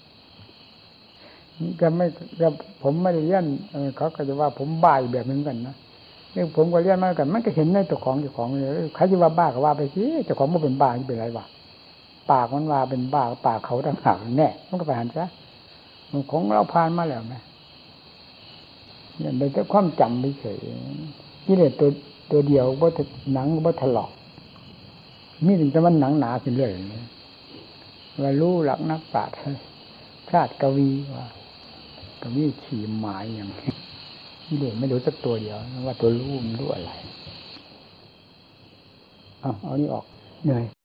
A: ก็ไม่ก็ผมไม่ได้เลี้ยนเขาก็จะว่าผมบ้าอีกแบบนึงกันนะนี่ผมก็เลี้ยนมากันมันก็เห็นในตัวของเลยใครจะว่าบ้าก็ว่าไปสิเจ้าของมันเป็นบ้าจะเป็นไรวะปากมันว่าเป็นบ้าปากเขาต่างหากแน่มันก็ไปหันซะมันของเราผ่านมาแล้วไหมเนี่ยเป็นแต่ความจำไปเฉยนี่เลยตัวเดียวว่าหนังว่าถลอกมีถึงจะมันหนังหนาขึ้นเรื่อยว่ารู้หลักนักปราชญ์ชาติกวีว่ากวีขี่หมายอย่างนี่เลยไม่รู้สักตัวเดียวว่าตัวรู้มันรู้อะไรเอานี่ออกเหนื่อย